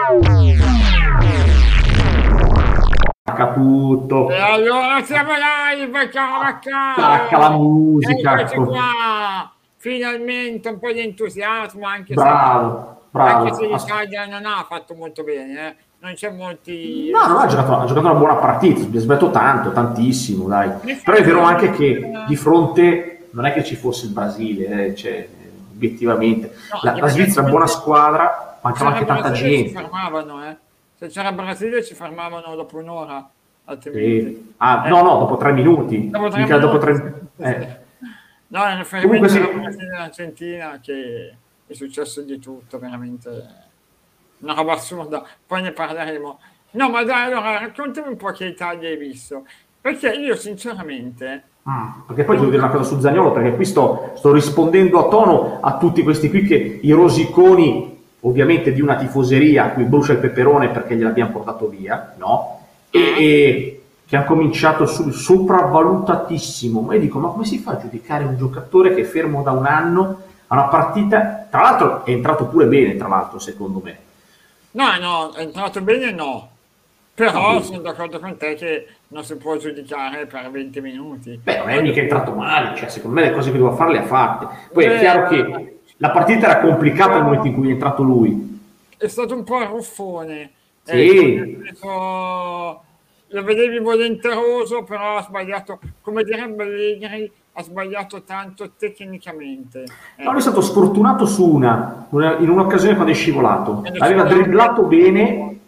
Tutto. E allora siamo live, Tacca la musica. Eccoci qua. Finalmente un po' di entusiasmo, anche Bravo, anche se bravo. l'Italia non ha fatto molto bene, non c'è molti. No, ha giocato una buona partita, si è sbagliato tanto, tantissimo, dai. Però è vero anche che di fronte non è che ci fosse il Brasile, cioè, obiettivamente. No, La Svizzera è una buona squadra, mancava anche tanta Brasile ci gente. fermavano, Se c'era Brasile ci fermavano dopo un'ora, altrimenti. No, dopo 3 minuti. Dopo tre Mica dopo minuti. 3. No, nel Comunque riferimento sì. alla Brasile e all'Argentina che è successo di tutto, veramente una roba assurda. Poi ne parleremo. No, ma dai, allora raccontami un po' che Italia hai visto. Perché io sinceramente. Perché poi devo dire una cosa su Zaniolo, perché qui sto rispondendo a tono a tutti questi qui che i rosiconi, ovviamente di una tifoseria a cui brucia il peperone perché gliel'abbiamo portato via, no? E che hanno cominciato sul sopravvalutatissimo. Ma io dico, ma come si fa a giudicare un giocatore che è fermo da un anno a una partita? Tra l'altro è entrato pure bene, tra l'altro, secondo me. No, è entrato bene no. Però No, sono d'accordo con te che non si può giudicare per 20 minuti. beh, non è mica entrato male, cioè secondo me le cose che doveva fare le ha fatte. Poi è Beh, chiaro che la partita era complicata nel momento in cui è entrato lui. è stato un po' arruffone. Ecco, nel Sì, senso, lo vedevi volenteroso, però ha sbagliato, come direbbe Allegri, ha sbagliato tanto tecnicamente. no, lui è stato sfortunato su in un'occasione quando è scivolato. L'aveva dribblato bene,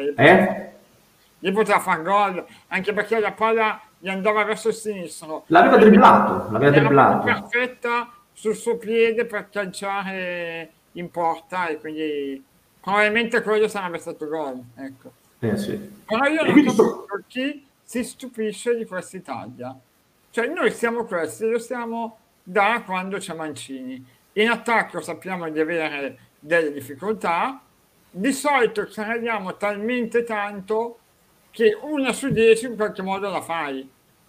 Gli poteva far gol, anche perché la palla gli andava verso il sinistro. l'aveva dribblato, Era proprio perfetta sul suo piede per calciare in porta e quindi probabilmente quello sarebbe stato gol, ecco. Sì. Però io E non quindi capisco chi si stupisce di questa Italia. Cioè noi siamo questi, lo siamo da quando c'è Mancini. In attacco sappiamo di avere delle difficoltà, di solito crediamo talmente tanto che 1 su 10 in qualche modo la fai.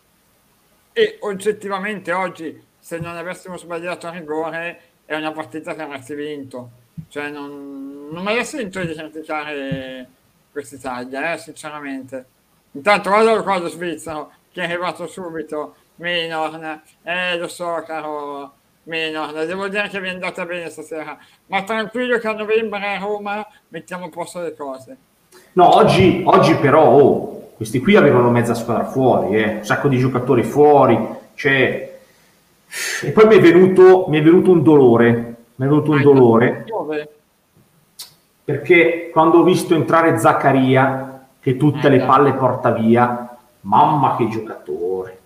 E oggettivamente oggi, se non avessimo sbagliato a rigore, è una partita che avresti vinto. Cioè non me la sento di criticare quest'Italia, sinceramente. Intanto guarda il quadro svizzero che è arrivato subito, Maynard, lo so caro Maynard, devo dire che vi è andata bene stasera, ma tranquillo che a novembre a Roma mettiamo a posto le cose. No, oggi però questi qui avevano mezza squadra fuori, un sacco di giocatori fuori, cioè. E poi mi è venuto un dolore, Dove? perché quando ho visto entrare Zaccaria, che tutte le palle porta via, mamma che giocatore,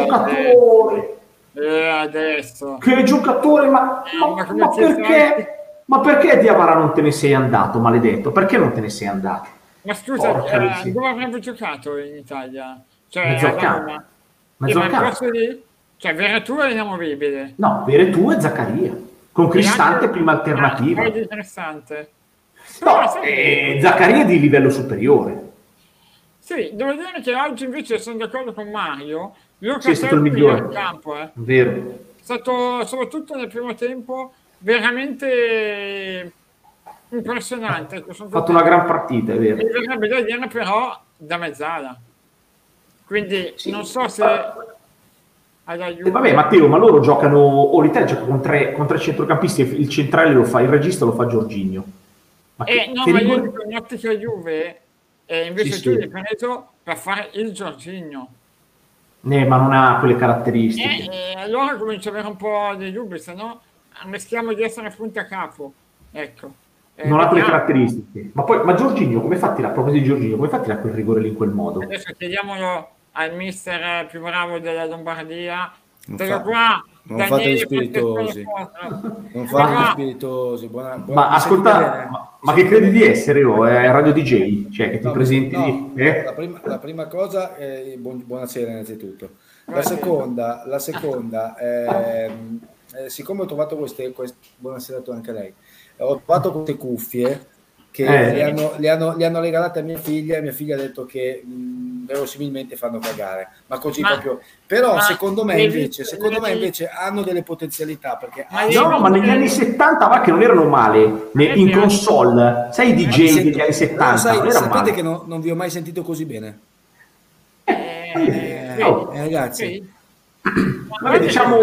Adesso. che giocatore, ma perché? Ma perché Diawara non te ne sei andato, maledetto? Perché non te ne sei andato? Ma scusa, Porca miseria. dove avrebbe giocato in Italia? Cioè, Mezzo al a campo. Roma? Mezzo Ma al il campo. posto lì? Cioè, Veretù è inamovibile. No, Veretù e Zaccaria. Con Cristante prima alternativa. Poi interessante. No, Zaccaria è di livello superiore. Sì, devo dire che oggi invece sono d'accordo con Mario. Sì, è stato il Locatelli migliore in migliore. campo, Vero. È stato, soprattutto nel primo tempo, veramente impressionante. Ecco, Ha fatto una gran partita, è Mi vero. verrebbe da dire però da mezzala. Quindi Sì. non so se alla Juve. Vabbè, Matteo, ma loro giocano, o l'Italia gioca con tre centrocampisti, il centrale lo fa, il regista lo fa Jorginho. Ma No, che ma io rigore? dico in ottica Juve, invece Sì, tu sì. l'hai preso per fare il Jorginho. Ma non ha quelle caratteristiche. Allora comincio ad avere un po' di dubbi, se no rischiamo di essere punti a capo. Ecco. Non ha quelle Vediamo. caratteristiche. Ma Jorginho, come fatti la proprio di Jorginho, come fatti quel rigore lì in quel modo? Adesso chiediamolo al mister più bravo della Lombardia. Non fate gli Daniele, spiritosi. Non fate gli spiritosi. Ma ascolta, ma che credi di essere io? È Radio DJ? Cioè che ti presenti? No, la prima cosa, buonasera innanzitutto. La seconda siccome ho trovato buonasera a tu anche lei, ho trovato queste cuffie che le hanno regalate a mia figlia, e mia figlia ha detto che verosimilmente fanno cagare, ma così proprio. Però secondo me invece hanno delle potenzialità, perché no, ma negli anni 70 va che non erano male in console, sai i DJ degli anni 70 non erano sapete male. che non vi ho mai sentito così bene, ragazzi. Vabbè, diciamo,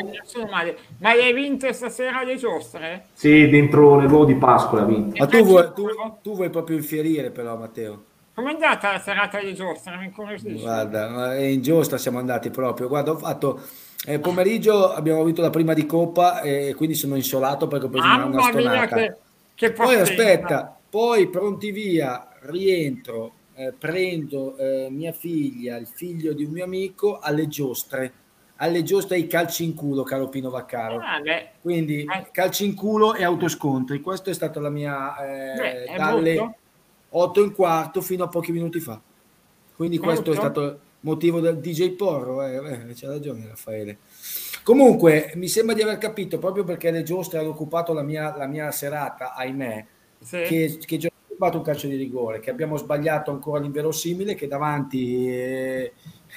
ma hai vinto stasera le giostre? sì, dentro nell'uovo di Pasqua l'ha vinto. Ma tu vuoi proprio infierire, però, Matteo. Com'è andata la serata di giostra? Mi incuriosisce. Guarda, in giostra siamo andati proprio. Guarda, ho fatto pomeriggio, abbiamo avuto la prima di Coppa e quindi sono insolato perché ho preso una stonata. Che poi aspetta, poi pronti via, rientro, prendo mia figlia, il figlio di un mio amico alle giostre i calci in culo, caro Pino Vaccaro. Quindi calci in culo e autoscontri. Questa è stata la mia dalle 8:15 fino a pochi minuti fa. Quindi questo è stato il motivo del DJ Porro. C'ha ragione Raffaele. Comunque mi sembra di aver capito, proprio perché le giostre hanno occupato la mia serata, ahimè, che ho rubato un calcio di rigore, che abbiamo sbagliato ancora l'inverosimile, che davanti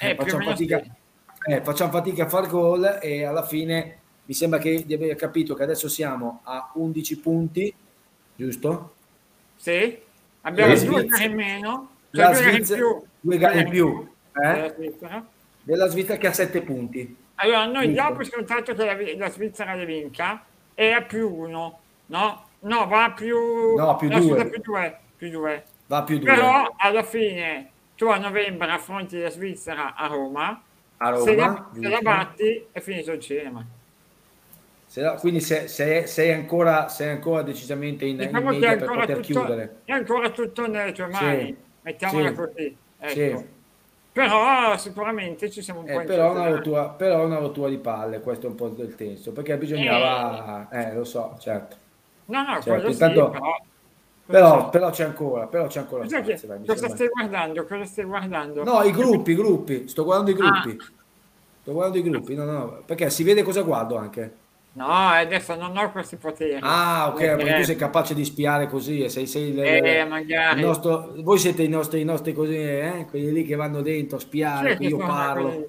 facciamo fatica a far gol, e alla fine mi sembra di aver capito che adesso siamo a 11 punti, giusto? Sì, abbiamo 2 gare in meno, la Svizzera, 2 gare in più della Svizzera, che ha 7 punti. Allora noi diamo per scontato che la Svizzera le vinca e a +1, no? No, va a più 2. Va a più 2. Però alla fine tu a novembre affronti la Svizzera a Roma, se la batti è finito il cinema. Quindi sei ancora decisamente in media per poter chiudere. È ancora tutto nelle tue mani, mettiamola così. Ecco. Però sicuramente ci siamo un po' però è una rottura di palle, questo è un po' del tenso, perché bisognava lo so, certo. No, certo. quello Intanto, sì, però c'è ancora spazio, cosa stai guardando? No, i gruppi, sto guardando i gruppi. No, perché si vede cosa guardo anche. No, adesso non ho questi poteri. Ok, perché tu sei capace di spiare così, magari. Voi siete i nostri così, quelli lì che vanno dentro a spiare, che io parlo.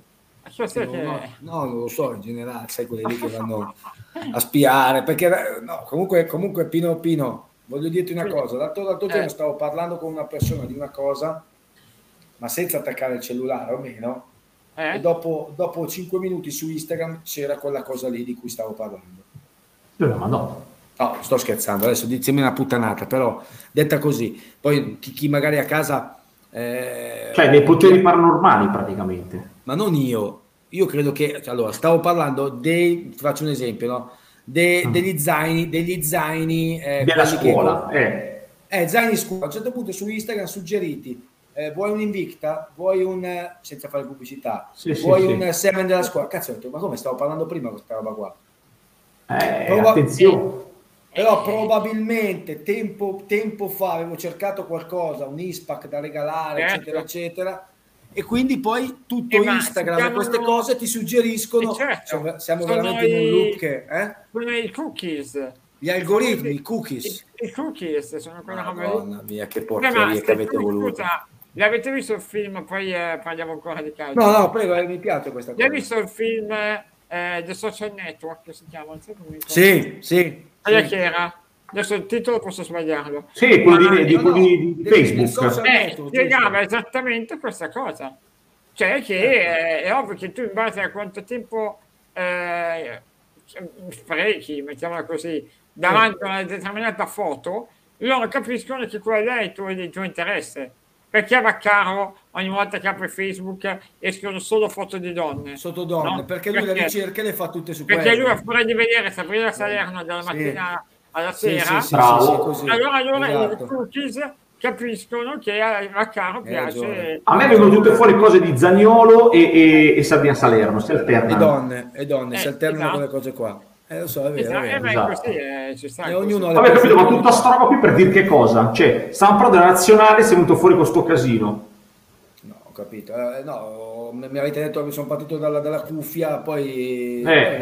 No, non lo so, in generale, sai, quelli lì che vanno a spiare, perché comunque Pino, voglio dirti una cosa, l'altro giorno stavo parlando con una persona di una cosa, ma senza attaccare il cellulare, o meno. E dopo 5 minuti su Instagram c'era quella cosa lì di cui stavo parlando. No, sto scherzando, adesso dizimi una puttanata, però detta così, poi chi magari a casa cioè dei poteri paranormali praticamente. Ma non io credo che, allora, stavo parlando ti faccio un esempio, no? Degli zaini della scuola, zaini scuola. A un certo punto su Instagram suggeriti, vuoi un Invicta, vuoi un, senza fare pubblicità, un Seven della scuola. Cazzo, ho detto, ma come stavo parlando prima con questa roba qua? Attenzione. Però probabilmente tempo fa avevo cercato qualcosa, un ISPAC da regalare, eccetera, eccetera, e quindi poi tutto Instagram e queste cose ti suggeriscono. Siamo veramente in un loop che sono i cookies, gli algoritmi, i cookies sono quella Madonna mia, che porcheria che avete voluto. L'avete visto il film? Poi parliamo ancora di calcio. No, prego, mi piace questa cosa. Hai visto il film The Social Network, che si chiama? Sì. Che era? Adesso il titolo posso sbagliarlo. Sì, quello di Facebook. Spiegava esattamente questa cosa. Cioè che è ovvio che tu in base a quanto tempo sprechi, mettiamola così, davanti a una determinata foto, loro capiscono che quello è il tuo interesse. Perché a Vaccaro ogni volta che apre Facebook escono solo foto di donne? No? Perché lui le ricerche le fa tutte su perché lui ha paura di vedere Sabrina Salerno dalla mattina alla sera, così. Allora i cookies capiscono che a Vaccaro piace. A me vengono tutte fuori cose di Zaniolo e Sabrina Salerno, si alternano. E donne si alternano con le cose qua. Lo so, è vero. Esatto. Ci sta ognuno vabbè, capito, ma tutta sta roba qui per dire che cosa? Cioè, stiamo parlando della nazionale, si è venuto fuori con sto casino. No, ho capito. Mi avete detto che sono partito dalla cuffia, poi...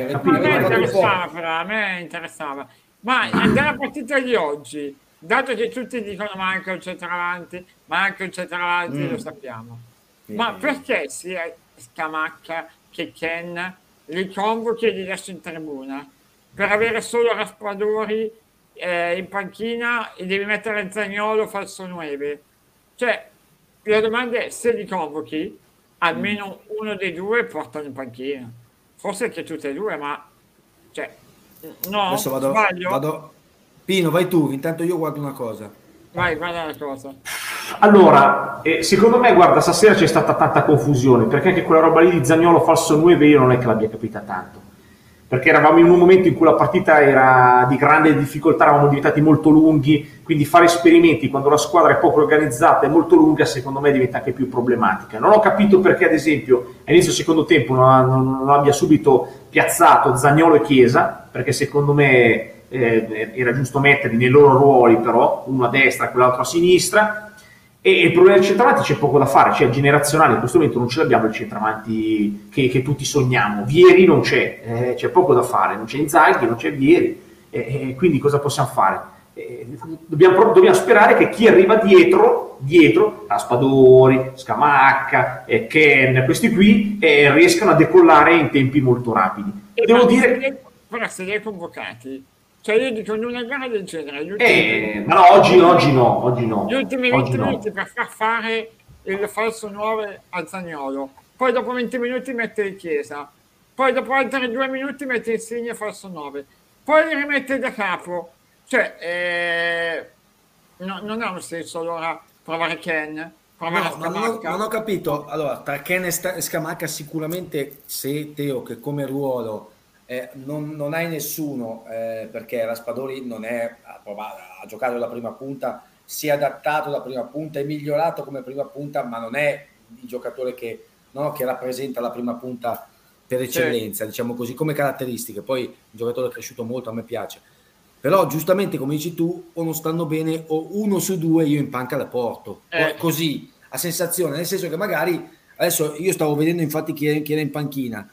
a me interessava. Ma dalla partita di oggi, dato che tutti dicono manca un centravanti, lo sappiamo. Ma perché sia Scamacca che Ken li convochi e li lasci in tribuna? Per avere solo Raspadori in panchina e devi mettere Zaniolo falso 9? Cioè, la domanda è se li convochi, almeno uno dei due portano in panchina. Forse anche tutte e due, ma cioè, no, Adesso sbaglio? Pino, vai tu, intanto io guardo una cosa. Vai, guarda la cosa. Allora, secondo me, guarda, stasera c'è stata tanta confusione, perché anche quella roba lì di Zaniolo falso 9 io non è che l'abbia capita tanto. Perché eravamo in un momento in cui la partita era di grande difficoltà, eravamo diventati molto lunghi, quindi fare esperimenti quando la squadra è poco organizzata e molto lunga, secondo me diventa anche più problematica. Non ho capito perché, ad esempio, all'inizio del secondo tempo non abbia subito piazzato Zaniolo e Chiesa, perché secondo me era giusto metterli nei loro ruoli, però, uno a destra e quell'altro a sinistra. E il problema del centravanti c'è poco da fare, cioè generazionale in questo momento non ce l'abbiamo il centravanti che tutti sogniamo. Vieri non c'è poco da fare, non c'è Inzaghi, non c'è Vieri, quindi cosa possiamo fare? Dobbiamo sperare che chi arriva dietro Raspadori, Scamacca, Ken, questi qui riescano a decollare in tempi molto rapidi. Devo dire Però se li hai convocati, cioè io dico in una gara del genere, gli ma no, oggi no, gli ultimi oggi 20 no. minuti per far fare il falso 9 a Zaniolo, poi dopo 20 minuti mette il Chiesa, poi dopo altri 2 minuti mette Insigne falso 9, poi li rimette da capo, cioè non ha un senso allora provare Ken, provare No, ma Scamacca. non ho capito. Allora, tra Ken e Scamacca sicuramente se Teo che come ruolo non hai nessuno perché Raspadori non è ha giocato la prima punta, si è adattato alla prima punta, è migliorato come prima punta, ma non è il giocatore che, no, che rappresenta la prima punta per eccellenza, diciamo così, come caratteristiche. Poi un giocatore cresciuto molto, a me piace. Però giustamente, come dici tu, o non stanno bene o uno su due io in panca la porto. Così, a sensazione, nel senso che magari, adesso io stavo vedendo infatti chi era in panchina,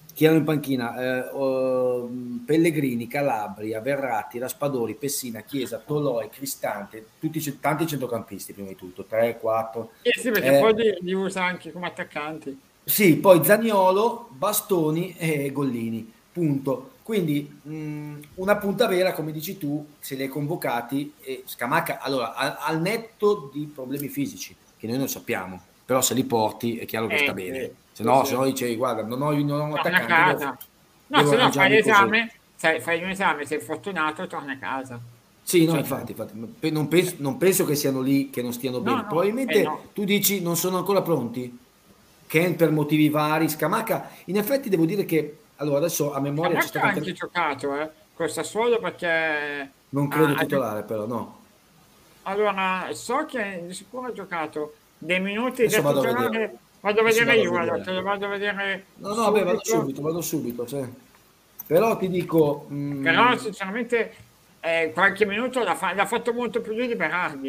Pellegrini, Calabria, Verratti, Raspadori, Pessina, Chiesa, Toloi, Cristante, tanti centrocampisti prima di tutto, 3, 4. Sì, perché poi li usa anche come attaccanti. Sì, poi Zaniolo, Bastoni e Gollini, punto. Quindi una punta vera, come dici tu, se li hai convocati, e Scamacca, allora, al netto di problemi fisici, che noi non sappiamo, però se li porti è chiaro che sta bene. Se no dicevi, guarda, non ho un attaccante. No, se no fai l'esame, fai un esame, sei fortunato e torni a casa. Sì, no, infatti non penso che siano lì, che non stiano bene. Probabilmente tu dici non sono ancora pronti. Ken per motivi vari, Scamacca, in effetti devo dire che allora adesso a memoria c'è stato anche giocato col Sassuolo perché non credo titolare però no. Allora so che di sicuro ha giocato dei minuti da vado titolare, vado a vedere io, te lo vado a vedere vado subito cioè. Però ti dico però sinceramente qualche minuto l'ha fatto molto più lui di Berardi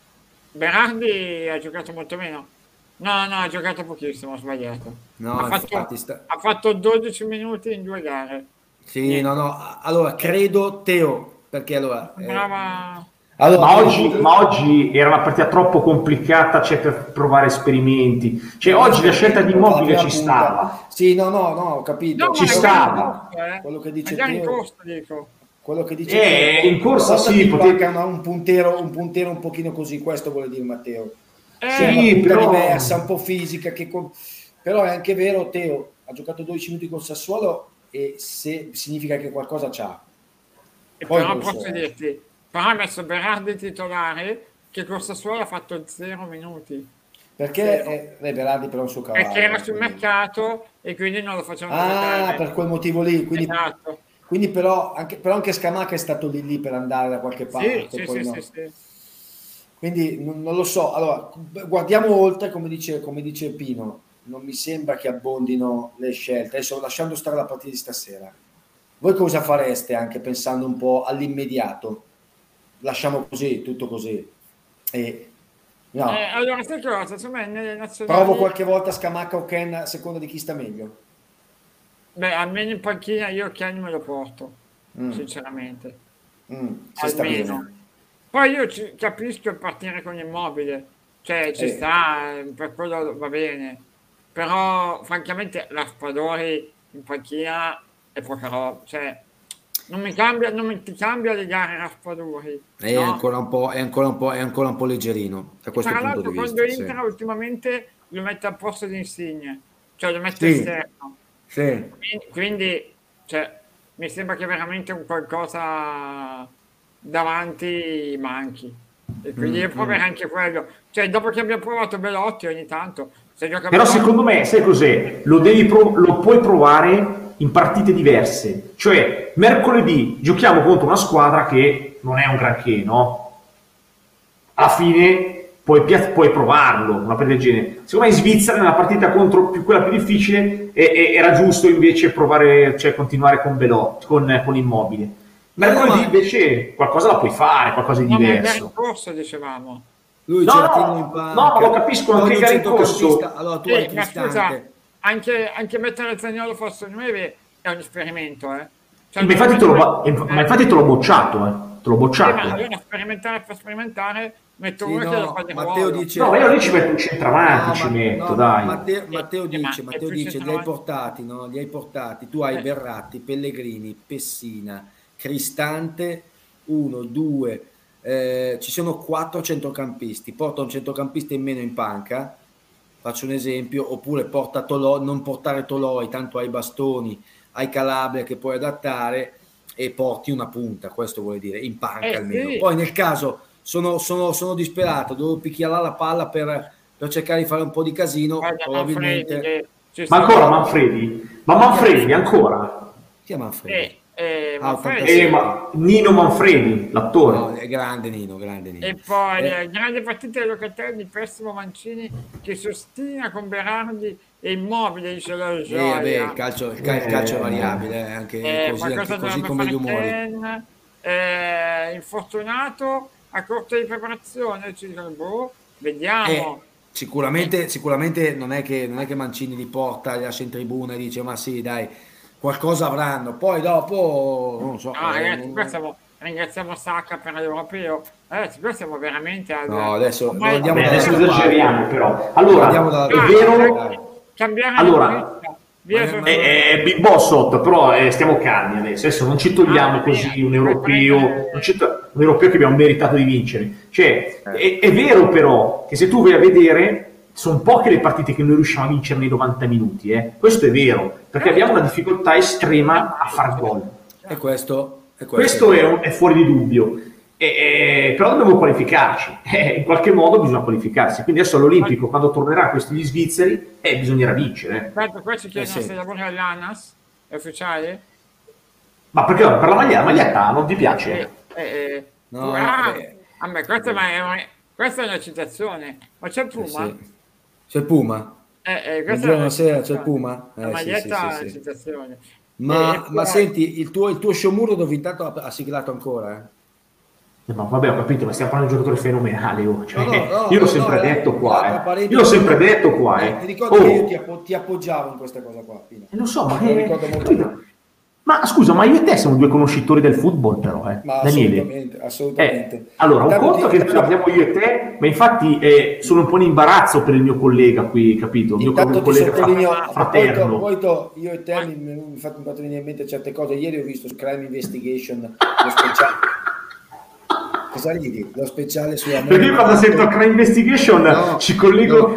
Berardi ha giocato molto meno. No, ha giocato pochissimo, ho sbagliato. No, ha fatto 12 minuti in 2 gare. Sì, niente. No. Allora, credo Teo, perché allora... Brava... ma oggi era una partita troppo complicata, cioè, per provare esperimenti. Cioè, oggi la scelta di Immobile ci stava. Sì, no, ho capito. No, ci stava. Quello che dice Teo... in corsa, dico. Quello che dice Teo, in corsa sì, un puntero un pochino così, questo vuole dire Matteo. Sì, però... diversa, un po' fisica, però è anche vero, Teo ha giocato 12 minuti con Sassuolo e se significa che qualcosa c'ha. Poi però posso dirti, però ha messo Berardi titolare che con Sassuolo ha fatto 0 minuti. Perché Berardi però è un suo cavallo. Perché era sul mercato e quindi non lo facevano giocare. Per quel motivo lì, quindi... Esatto. Quindi però anche Scamacca è stato lì per andare da qualche parte. Sì. Quindi non lo so. Allora, guardiamo oltre, come dice Pino. Non mi sembra che abbondino le scelte. Adesso lasciando stare la partita di stasera. Voi cosa fareste anche pensando un po' all'immediato? Lasciamo così, tutto così. No. Allora, sai cosa? Secondo me nelle nazionali... Provo qualche volta Scamacca o Ken a seconda di chi sta meglio. Beh, almeno in panchina io Ken me lo porto, sinceramente. Almeno. Poi io capisco partire con Immobile, cioè ci sta, per quello va bene, però francamente Raspadori in panchina è poca roba, cioè non ti cambia le gare Raspadori, È no? ancora un po', è ancora un po' leggerino da questo Tra punto l'altro di quando vista. entra ultimamente lo mette al posto di Insigne, cioè lo mette Sì, esterno. sì. Quindi cioè, mi sembra che veramente un qualcosa davanti manchi. E quindi io proverò anche quello. Cioè, dopo che abbiamo provato Belotti ogni tanto, se gioca Però Belotti, secondo me, sai cos'è? Lo puoi provare in partite diverse. Cioè, mercoledì giochiamo contro una squadra che non è un granché, no? Alla fine puoi provarlo, una partita del genere. Secondo me in Svizzera, nella partita contro quella più difficile, era giusto invece provare, cioè continuare con Belotti, con Immobile. Mercoledì invece qualcosa la puoi fare, qualcosa di no, ma andare in diverso. corso, dicevamo. Lui No, ce la tiene in no, panca. lo capisco, Togli anche un gare in corso. centrocampista, allora tu hai Ma scusa, Cristante. anche mettere Zaniolo forse 9 è un esperimento, eh. Cioè, Ma infatti te l'ho bocciato, Te l'ho ma bocciato. allora sperimentare per sperimentare, metto Sì, uno che lo no, fa di Matteo ruolo. dice, No, ma io lì ci metto un centravanti, no, ci metto, no, dai. Matteo ma dice, è più li hai centravanti. portati, no? Li hai portati. Tu hai Verratti, Pellegrini, Pessina, Cristante, 1, 2, ci sono 4 centrocampisti. Porta un centrocampista in meno in panca, faccio un esempio, oppure porta Toloi, non portare Toloi, tanto hai bastoni, hai Calabria che puoi adattare e porti una punta, questo vuol dire, in panca almeno. Sì. Poi nel caso sono disperato, devo picchiare la palla per cercare di fare un po' di casino, Guarda, probabilmente. Manfredi, che Ma ancora Manfredi? Ma Manfredi ancora? Chi è Manfredi? Manfredi. Ma Nino Manfredi, l'attore. No, è grande Nino. E poi grande partita di Locatelli, pessimo Mancini che si ostina con Berardi e Immobile, dice la Vabbè, gioia. il calcio è variabile, anche così come gli umori. Infortunato a corto di preparazione, ci dicono, boh, vediamo. Sicuramente non è che Mancini li porta, li lascia in tribuna e dice ma sì dai, qualcosa avranno, poi dopo non so. Ragazzi, qua ringraziamo Sacca per l'europeo. Ragazzi, qua siamo veramente no, adesso non Vabbè, adesso esageriamo però. Allora, è vero. Cambiare Allora, è Big Boss sotto, però stiamo calmi adesso non ci togliamo così un europeo, un europeo che abbiamo meritato di vincere. Cioè, è vero però che se tu vai a vedere, sono poche le partite che noi riusciamo a vincere nei 90 minuti, questo è vero, perché abbiamo una difficoltà estrema a far gol. E questo è fuori di dubbio. Però dobbiamo qualificarci, in qualche modo bisogna qualificarsi, quindi adesso all'Olimpico quando tornerà questi gli svizzeri bisognerà vincere. Qua ci chiedono se lavori all'ANAS, è ufficiale? Ma perché per la maglietta non ti piace? No, a me questa è una citazione, ma c'è il Puma? Sì. C'è il Puma? Buonasera, c'è il Puma? La maglietta è una citazione. Ma senti, il tuo Sciomuro dove intanto ha siglato ancora, Ma vabbè, ho capito, ma stiamo parlando di un giocatore fenomenale. No, io l'ho sempre detto qua. Io l'ho sempre detto qua. Ti ricordo che io ti appoggiavo in questa cosa qua, Pino. Lo so, ma lo ricordo molto bene. Ma scusa, ma io e te siamo due conoscitori del football, però, Ma Daniele. assolutamente. Allora, un conto che abbiamo io e te, ma infatti sono un po' in imbarazzo per il mio collega qui, capito? Il mio collega fraterno. Poi io e te mi fatto venire in mente certe cose. Ieri ho visto su Crime Investigation lo speciale. Cosa ridi? Lo speciale su Amore Perché io quando sento Crime Investigation ci collego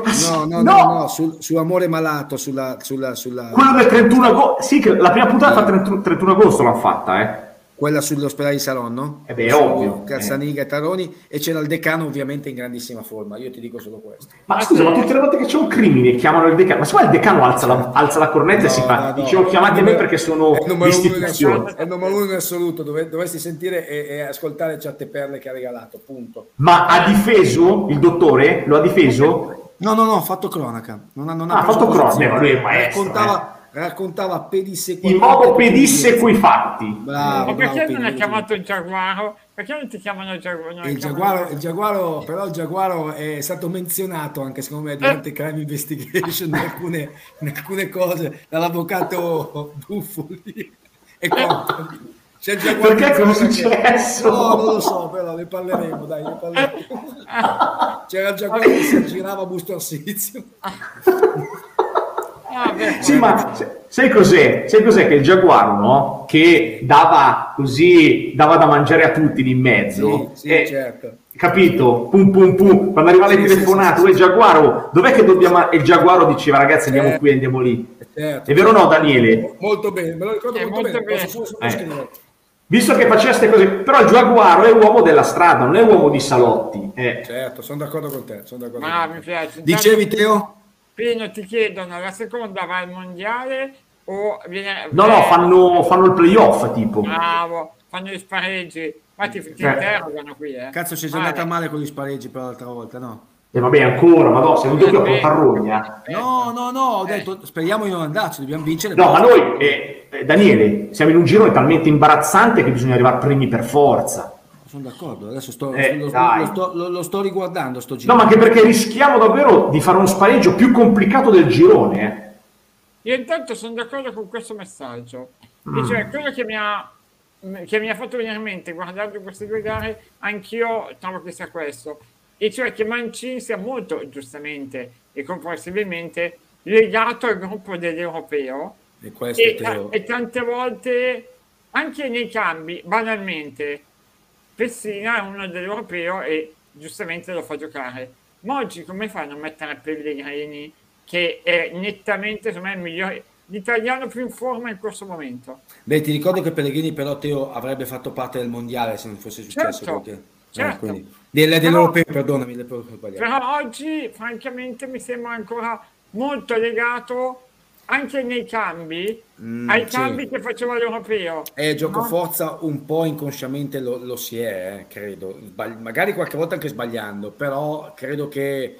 su Amore Malato, sulla quello del 31 agosto. Sì, che la prima puntata fa 31 agosto l'hanno fatta, quella sull'ospedale di Salon, no? Ovvio. Cazzaniga e Taroni, e c'era il decano ovviamente in grandissima forma. Io ti dico solo questo. Ma scusa, ma tutte le volte che c'è un crimine chiamano il decano. Ma se il decano alza la cornetta e si fa. Dicevo, chiamate me perché sono istituzione. È il numero uno in assoluto. Dovresti sentire e ascoltare certe perle che ha regalato. Punto. Ma ha difeso il dottore? Lo ha difeso? No, ha fatto cronaca. Non ha fatto cronaca. Lui è maestro. Raccontava pedissequamente in modo pedissequo i fatti. Bravo, perché non ha chiamato il Giaguaro? Perché non ti chiamano il Giaguaro? Il Giaguaro è stato menzionato anche secondo me durante Crime Investigation in alcune cose dall'avvocato Buffoli e compagni. C'è il Giaguaro. Perché cosa è successo? No, non lo so, però ne parleremo, dai, c'era il Giaguaro che si aggirava a Busto Arsizio. Sì, ma sai cos'è? Sai cos'è che il Giaguaro, no? Che dava da mangiare a tutti lì in mezzo. Sì, certo. Capito? Pum pum pum. Quando arrivava le telefonate, il Giaguaro, dov'è che dobbiamo? E il Giaguaro diceva, ragazzi, andiamo qui, andiamo lì. Certo, è vero o no, Daniele? Molto bene, me lo ricordo molto bene. Posso solo scrivere. Visto che faceva queste cose, però il Giaguaro è uomo della strada, non è uomo di salotti. Certo, sono d'accordo con te. Mi piace. Dicevi, Teo? Pino, ti chiedono, la seconda va al mondiale o viene... No, fanno il playoff, tipo. Bravo, fanno gli spareggi. Ma ti interrogano qui, Cazzo, ci è andata male con gli spareggi per l'altra volta, no? Vabbè, ancora, ma no, sei venuto qui a Portarrogna. No, ho detto, speriamo di non andarci, dobbiamo vincere. No, ma noi, Daniele, siamo in un girone talmente imbarazzante che bisogna arrivare primi per forza. Sono d'accordo, adesso lo sto riguardando sto giro. No, ma anche perché rischiamo davvero di fare uno spareggio più complicato del girone. Io intanto sono d'accordo con questo messaggio. Cioè, quello che mi ha fatto venire in mente guardando queste due gare, anch'io trovo che sia questo. E cioè che Mancini sia molto giustamente e comprensibilmente legato al gruppo dell'Europeo e tante volte anche nei cambi, banalmente, Pessina è uno dell'Europeo e giustamente lo fa giocare. Ma oggi come fai a non mettere Pellegrini, che è nettamente, secondo me, il migliore, l'italiano più in forma in questo momento? Beh, ti ricordo che Pellegrini però, Teo, avrebbe fatto parte del mondiale se non fosse successo certo. Dell'Europeo, perdonami. Però oggi, francamente, mi sembra ancora molto legato anche nei cambi, ai cambi che faceva l'Europeo. Gioco forza un po' inconsciamente lo si è, credo. Magari qualche volta anche sbagliando, però credo che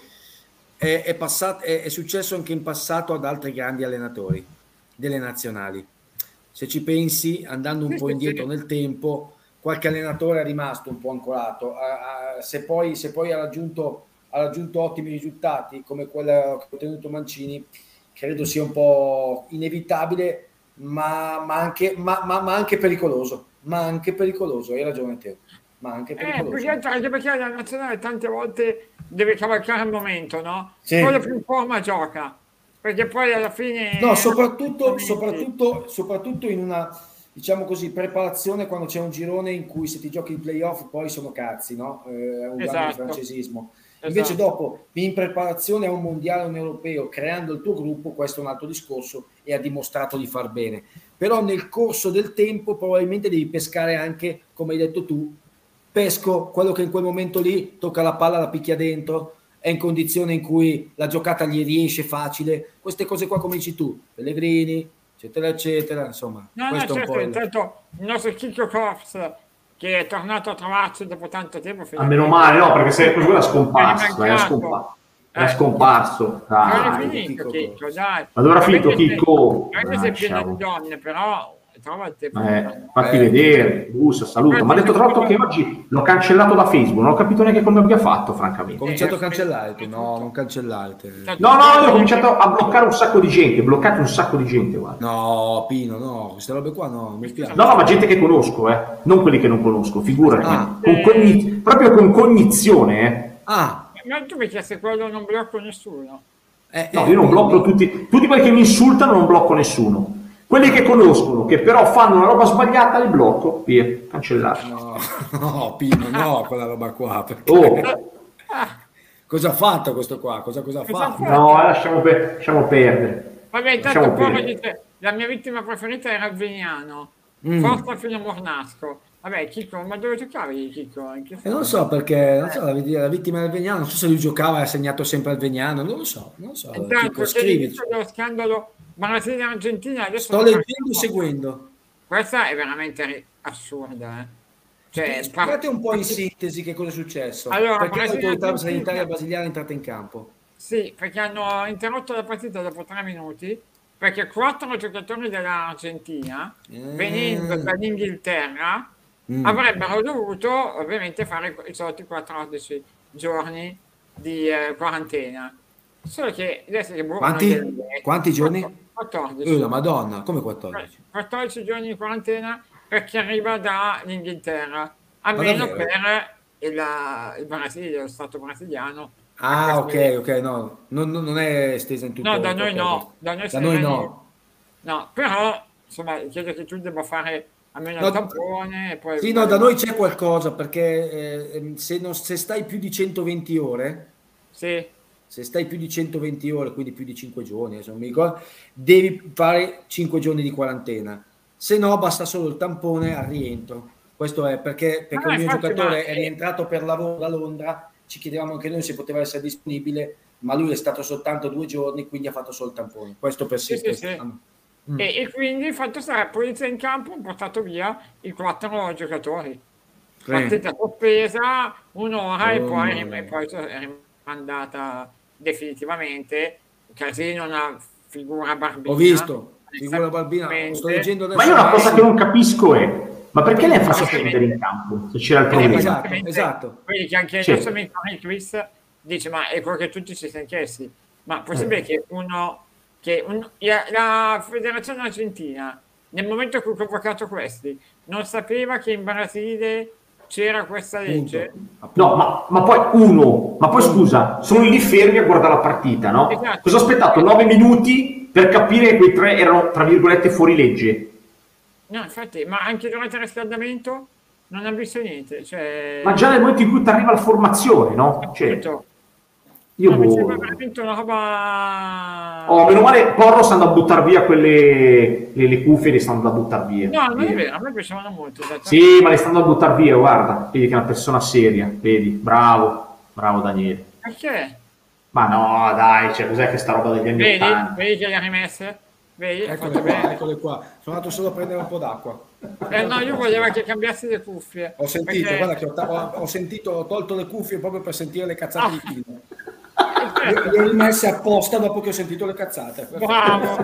è successo anche in passato ad altri grandi allenatori delle nazionali. Se ci pensi, andando un po' indietro nel tempo, qualche allenatore è rimasto un po' ancorato. Se poi ha raggiunto ottimi risultati come quello che ha ottenuto Mancini, credo sia un po' inevitabile, ma anche pericoloso. Hai ragione, Teo. Ma anche pericoloso. Anche perché la nazionale tante volte deve cavalcare il momento, no? Quello più in forma gioca, perché poi alla fine... No, soprattutto in una, diciamo così, preparazione, quando c'è un girone in cui se ti giochi in playoff poi sono cazzi, no? È un grande francesismo. Invece dopo, in preparazione a un mondiale, un europeo, creando il tuo gruppo, questo è un altro discorso e ha dimostrato di far bene. Però nel corso del tempo probabilmente devi pescare anche, come hai detto tu, pesco quello che in quel momento lì tocca la palla, la picchia dentro, è in condizione in cui la giocata gli riesce facile. Queste cose qua, come dici tu, Pellegrini, eccetera, eccetera, insomma. Intanto il nostro Chicco Corps, che è tornato a trovarci dopo tanto tempo. Meno male, no, perché se quello era scomparso. Era scomparso. Dai. Finito, Chicco, dai. Ma dove era finito Chicco? Anche se è pieno di donne, però trova il tempo. Fatti vedere, saluto. Ma ha detto tra l'altro che oggi l'ho cancellato da Facebook, non ho capito neanche come abbia fatto, francamente. Ho cominciato a cancellare, no, non cancellare. No, io ho cominciato a bloccare un sacco di gente, bloccate un sacco di gente, guarda. No, Pino, no, queste robe qua no, mi spiace. No, ma gente che conosco, non quelli che non conosco, figurati. Proprio con cognizione, Ma tu mi chiedi se quello non blocco nessuno. No, io non blocco tutti quelli che mi insultano, non blocco nessuno. Quelli che conoscono, che però fanno una roba sbagliata, li blocco, via, cancellare. No, Pino, no, quella roba qua. Perché... Cosa ha fatto questo qua? Cosa ha fatto? No, lasciamo perdere. Vabbè, intanto poi dice, la mia vittima preferita era Alveniano, forza fino a Mornasco. Vabbè, Chicco, ma dove giocavi, Chicco? Non so perché, la vittima del Alveniano, non so se lui giocava e ha segnato sempre Alveniano, non lo so. Intanto, scrivici. Dello scandalo Brasile-Argentina, adesso sto leggendo e seguendo. Questa è veramente assurda, Cioè, spiegate un po' in sintesi che cosa è successo. Allora, perché l'autorità sanitaria brasiliana è entrata in campo? Sì, perché hanno interrotto la partita dopo 3 minuti, perché 4 giocatori dell'Argentina, venendo dall'Inghilterra, avrebbero dovuto ovviamente fare i soliti 14 giorni di quarantena. Solo che adesso che quanti giorni? 14. La Madonna, come 14? 14 giorni di quarantena per chi arriva dall'Inghilterra, almeno per il Brasile, lo Stato brasiliano, Ah, ok, no, non è estesa in tutto. No, da noi no, da noi, Da noi no. No, però, insomma, credo che tu debba fare almeno No, il tampone e poi... sì, no, da noi c'è qualcosa perché se stai più di 120 ore, Sì, se stai più di 120 ore, quindi più di 5 giorni, adesso non mi ricordo, devi fare 5 giorni di quarantena. Se no, basta solo il tampone al rientro. Questo è perché no, un mio infatti, giocatore è rientrato per lavoro da Londra, ci chiedevamo anche noi se poteva essere disponibile, ma lui è stato soltanto 2 giorni, quindi ha fatto solo il tampone. Questo per sì, sì. sì, sì. E quindi fatto sta polizia in campo, ha portato via i 4 giocatori. Partita sospesa, un'ora e poi è rimandata definitivamente. Casino, una figura barbina. Ho visto, figura barbina, sto leggendo adesso. Ma io una cosa che non capisco è, ma perché lei fa scendere in campo se c'era il problema? Esatto. Quindi che anche il nostro amico Chris dice, ma è quello che tutti ci siamo chiesti, ma è possibile che la federazione argentina nel momento in cui ha convocato questi non sapeva che in Brasile c'era questa legge? No, ma poi scusa, sono lì fermi a guardare la partita, no? Esatto. Cosa ho aspettato? 9 minuti per capire che quei 3 erano, tra virgolette, fuori legge? No, infatti, ma anche durante il riscaldamento non ha visto niente. Cioè... Ma già nel momento in cui ti arriva la formazione, no? Cioè, no, mi sembra veramente una roba... Oh, meno male Porro sta andando a buttare via le cuffie, le stanno andando a buttare via. No, non è vero, a me piacevano molto. Sì, ma le stanno andando a buttare via, guarda. Vedi che è una persona seria, vedi? Bravo Daniele. Perché? Ma no, dai, cioè, cos'è che sta roba degli anni 80? Vedi che le ha rimesse? Vedi? Eccole qua. Sono andato solo a prendere un po' d'acqua. No, io volevo che cambiassi le cuffie. Ho sentito, perché... guarda che ho sentito, ho tolto le cuffie proprio per sentire le cazzate di Tino. Le ho rimesse apposta dopo che ho sentito le cazzate. Bravo,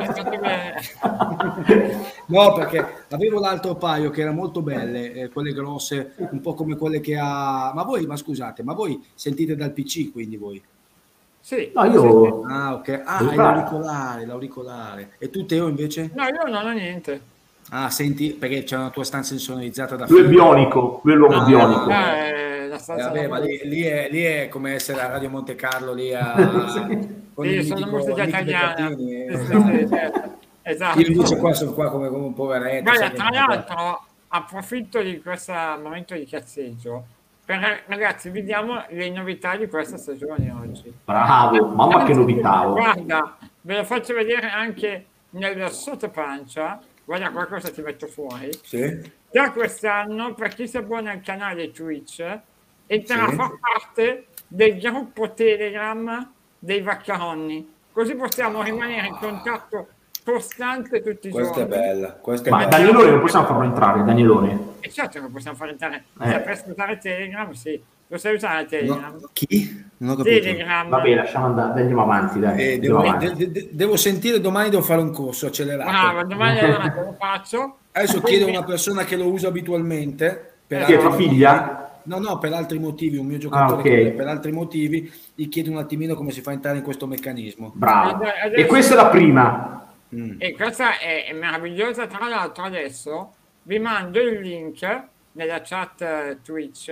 no, perché avevo l'altro paio che erano molto belle, quelle grosse, un po' come quelle che ha... Ma scusate, ma voi sentite dal PC, quindi voi? Sì. No, io... Ah, ok. Ah, è l'auricolare. E tu, Teo, invece? No, io non ho niente. Ah, senti, perché c'è una tua stanza insonorizzata da... Lui è bionico, lui è l'uomo bionico. La stanza vabbè, ma lì è come essere a Radio Monte Carlo, lì a... sì, sono musica italiana. Esatto. Io invece sono qua come un poveretto. Guarda, tra l'altro, approfitto di questo momento di cazzeggio. Ragazzi, vediamo le novità di questa stagione oggi. Bravo, mamma che novità. Guarda, ve lo faccio vedere anche nel sottopancia. Guarda, qualcosa ti metto fuori. Sì. Da quest'anno, per chi si abbona al canale Twitch, entrerà a far parte del gruppo Telegram dei Vaccaronni. Così possiamo rimanere in contatto costante tutti i giorni. Questa è bella. Ma Danielone non possiamo farlo entrare, Danielone? E certo che possiamo far entrare. Sapresti usare Telegram, sì. Lo sai usare Telegram? No. Chi? Non ho capito. Telegram. Vabbè, lasciamo andare, andiamo avanti, dai. Devo sentire, domani devo fare un corso accelerato. Brava, domani lo faccio. Adesso chiedo a una persona che lo usa abitualmente. Chi è tua figlia? No, per altri motivi, un mio giocatore che per altri motivi, gli chiedo un attimino come si fa a entrare in questo meccanismo. Bravo. E questa è la prima. E questa è meravigliosa. Tra l'altro adesso vi mando il link nella chat Twitch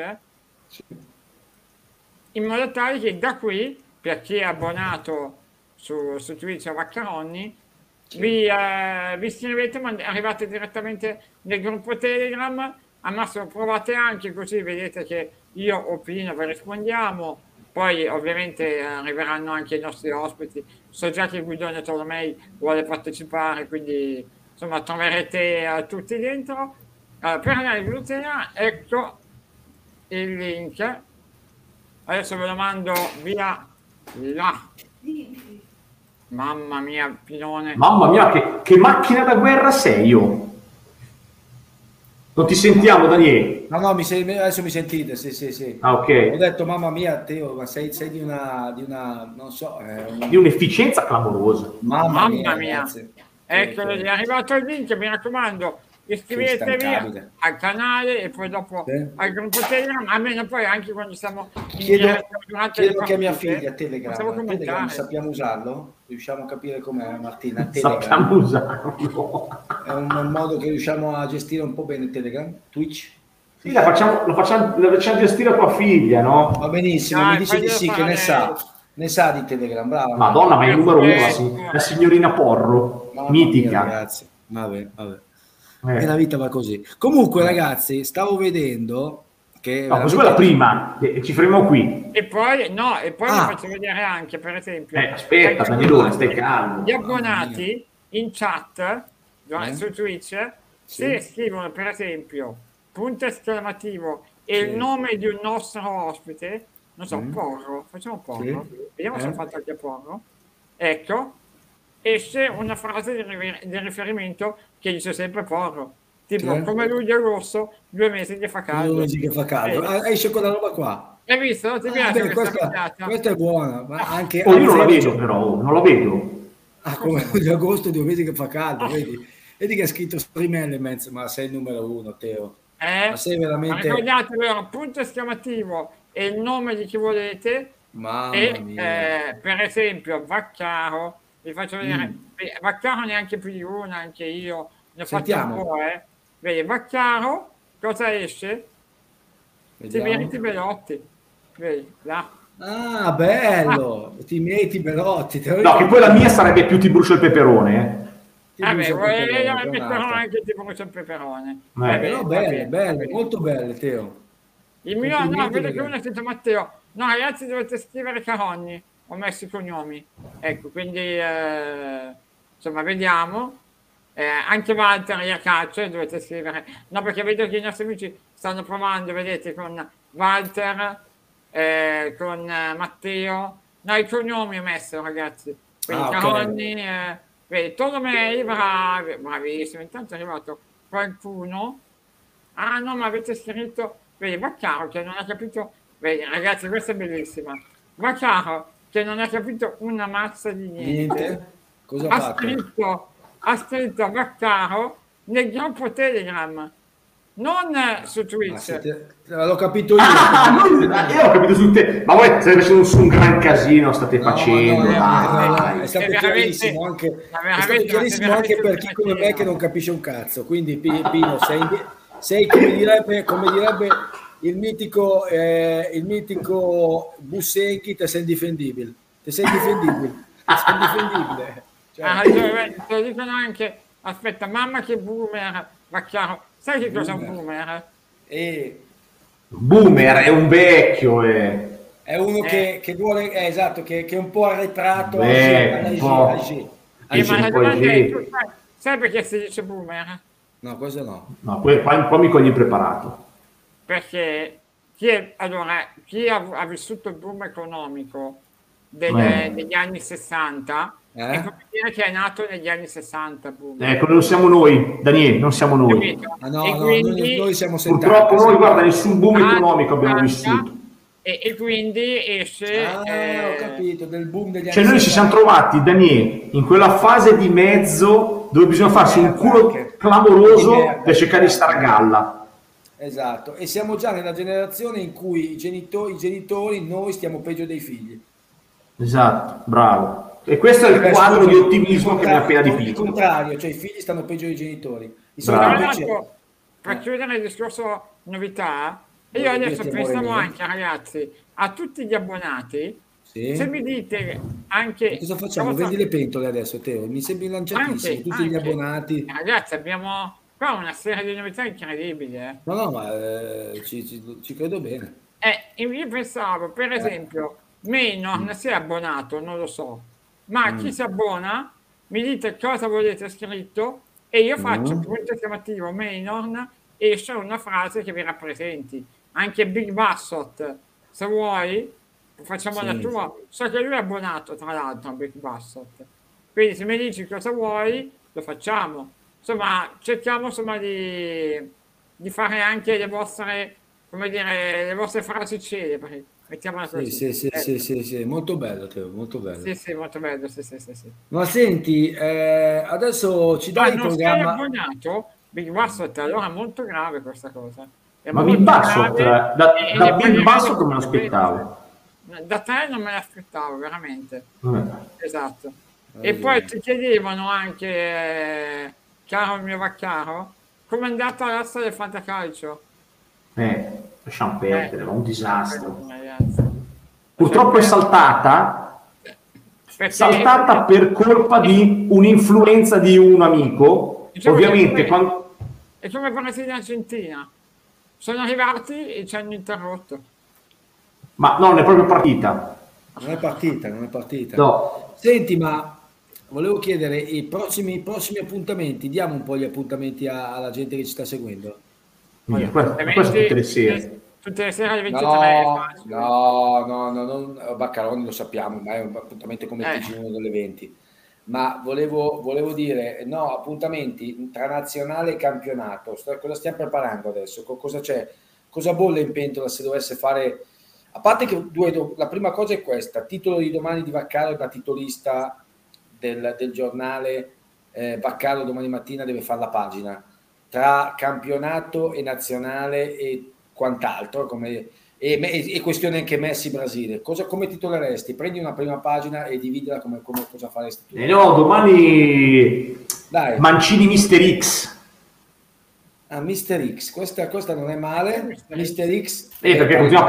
in modo tale che da qui, per chi è abbonato su Twitch a Vaccaronni, vi iscrivete, arrivate direttamente nel gruppo Telegram. Al massimo provate anche, così vedete che io o Pino vi rispondiamo. Poi ovviamente arriveranno anche i nostri ospiti. So già che Guidone Tolomei vuole partecipare, quindi insomma troverete tutti dentro. Per andare in glutena, ecco il link. Adesso ve lo mando via là. Mamma mia, Pinone. Mamma mia, che macchina da guerra sei io. Non ti sentiamo, Daniele? No, adesso mi sentite, sì. Ah, ok. Ho detto, mamma mia, Teo, ma sei di una non so... di un'efficienza clamorosa. Mamma mia. Eccolo, è arrivato il link, mi raccomando, iscrivetevi al canale e poi dopo al gruppo Telegram, almeno poi anche quando siamo in diretta durante le partite. Chiedo che mia figlia Telegram sappiamo usarlo? Riusciamo a capire com'è, Martina? Telegram. Sappiamo usarlo. È un modo che riusciamo a gestire un po' bene Telegram? Twitch? Sì, la facciamo gestire a tua figlia, no? Va benissimo, mi dice di sì, che ne sa di Telegram, brava. Madonna, ma è il numero uno, la signorina Porro, Mamma mitica. mia, ragazzi, vabbè. E la vita va così. Comunque, ragazzi, stavo vedendo che... No, questa è la prima, ci fermiamo qui. E poi vi faccio vedere anche, per esempio... aspetta, Danielone, stai calmo. Gli abbonati in chat, su Twitch, se scrivono, per esempio, punto esclamativo e il nome di un nostro ospite, non so, Porro, facciamo Porro, vediamo se ho fatto anche Porro, ecco, esce una frase di riferimento che dice sempre Porro, tipo come luglio e agosto, 2 mesi che fa caldo. 2 mesi che fa caldo, esce quella roba qua. Hai visto? Ti piace questa è buona, ma anche... io non la vedo però, non la vedo. Come luglio e agosto, 2 mesi che fa caldo, vedi che ha scritto Stream Elements, ma sei il numero uno, Teo. Ma sei veramente... Ricordatevi, punto esclamativo e il nome di chi volete. Mamma mia. Per esempio Vaccaro, vi faccio vedere, Vaccaro neanche più di una, anche io ne ho fatto un po', vedi, Vaccaro, cosa esce? Timeriti Belotti, vedi, là. Ah, bello, Timeriti Belotti. No, che poi la mia sarebbe più Ti brucio il peperone, anche ti brucio il peperone. Però belle, molto belle, Teo. Il mio, no, vedo che uno è scritto Matteo. No, ragazzi, dovete scrivere Caronni. Ho messo i cognomi. Ecco, quindi, insomma, vediamo. Anche Walter e Caccia dovete scrivere. No, perché vedo che i nostri amici stanno provando, vedete, con Walter, con Matteo. No, i cognomi ho messo, ragazzi. Quindi Caronni, vedi, Tolomei, bravissimo. Intanto è arrivato qualcuno. Ah, no, ma avete scritto... Vedi, Vaccaro che non ha capito, vedi ragazzi, questa è bellissima. Vaccaro che non ha capito una mazza di niente. Cosa ha scritto Vaccaro nel gruppo Telegram, non su Twitch. L'ho capito io. Io ho capito su te, ma voi state facendo un gran casino, state facendo. È stato chiarissimo anche per chi come me che non capisce un cazzo. Quindi Pino, sei come direbbe il mitico Bussenchi, te sei indifendibile. Cioè. Lo dicono anche, aspetta, mamma che boomer, Vaccaro. Sai che cosa è un boomer? Boomer è un vecchio, è uno che vuole, esatto, che è un po' arretrato. Sai perché si dice boomer? No, questo no. No, qua mi cogli impreparato. Perché chi ha vissuto il boom economico degli anni 60 è come dire che è nato negli anni 60. Boom. Non siamo noi, Daniele, non siamo noi. Noi siamo 70. Purtroppo noi, guarda, nessun boom economico abbiamo vissuto. E quindi esce... ho capito, del boom degli anni 60. Noi ci siamo trovati, Daniele, in quella fase di mezzo dove bisogna farsi un culo clamoroso per cercare di stare a galla. Esatto, e siamo già nella generazione in cui i genitori, noi stiamo peggio dei figli. Esatto, bravo. E questo è il quadro di ottimismo che mi ha appena dipinto. Il contrario, cioè i figli stanno peggio dei genitori. Per chiudere il discorso novità, io adesso pensavo anche, ragazzi, a tutti gli abbonati. Se mi dite anche... Cosa facciamo? Vendi le pentole adesso, Teo? Mi sembri lanciatissimo, tutti gli abbonati. Ragazzi, abbiamo qua una serie di novità incredibili. No, ma ci credo bene. Io pensavo, per esempio, Maynor si è abbonato, non lo so, ma chi si abbona, mi dite cosa volete scritto e io faccio punto esclamativo Maynor, esce una frase che vi rappresenti. Anche Big Bassot, se vuoi... facciamo la tua, so che lui è abbonato tra l'altro a Big Bassot, quindi se mi dici cosa vuoi lo facciamo, insomma cerchiamo di fare anche le vostre, come dire, le vostre frasi celebri, mettiamola così. Sì, molto bello Teo, molto bello. Sì, molto bello, sì. Ma senti, adesso ci dai il programma. Non sei abbonato Big Bassot, allora è molto grave questa cosa. Ma Big Bassot, da Big Bassot me lo aspettavo. Da te non me l'aspettavo veramente. Esatto. E poi ti chiedevano anche, caro il mio Vaccaro, come è andata l'asta del Fantacalcio? Lasciamo perdere, ma un disastro. Ragazzi. Purtroppo è saltata Perché per colpa di un'influenza di un amico. diciamo Ovviamente che quando... è come Brasile e Argentina. Sono arrivati e ci hanno interrotto. Ma no, non è proprio partita. Non è partita, non è partita. No. Senti, ma volevo chiedere i prossimi appuntamenti, diamo un po' gli appuntamenti alla gente che ci sta seguendo. Questo tutte le sere. Tutte le sere alle 23. No, Baccaroni lo sappiamo, ma è un appuntamento come il TG1 delle 20. Ma volevo dire, no, appuntamenti tra nazionale e campionato. Cosa stiamo preparando adesso? Cosa c'è? Cosa bolle in pentola se dovesse fare... A parte che la prima cosa è questa, titolo di domani di Vaccaro da titolista del giornale, Vaccaro domani mattina deve fare la pagina tra campionato e nazionale e quant'altro, e questione anche Messi-Brasile. Come titoleresti? Prendi una prima pagina e dividila come cosa faresti tu. No, domani Dai. Mancini Mister X. Ah, Mister X, questa non è male. Mister X. Perché continua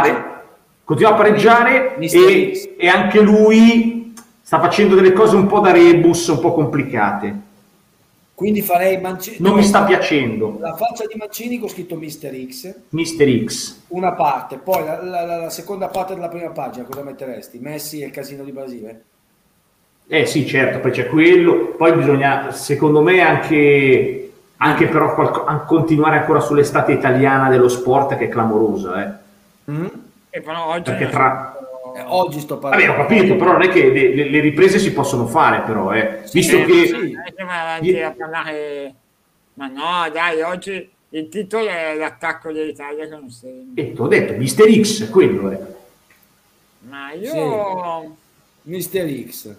a pareggiare e anche lui sta facendo delle cose un po' da rebus, un po' complicate. Quindi farei Mancini. Non mi sta piacendo. La faccia di Mancini con scritto Mister X. Mister X. Una parte, poi la seconda parte della prima pagina, cosa metteresti? Messi e il casino di Brasile? Sì, certo, poi c'è quello. Poi bisogna, secondo me, anche però continuare ancora sull'estate italiana dello sport, che è clamorosa. E però oggi oggi sto parlando. Vabbè, ho capito, però non è che le riprese si possono fare, però, visto che... Sì. A parlare... Ma no, dai, oggi il titolo è l'attacco dell'Italia che non sei. T'ho detto, Mister X, quello è. Ma io... Sì. Mister X.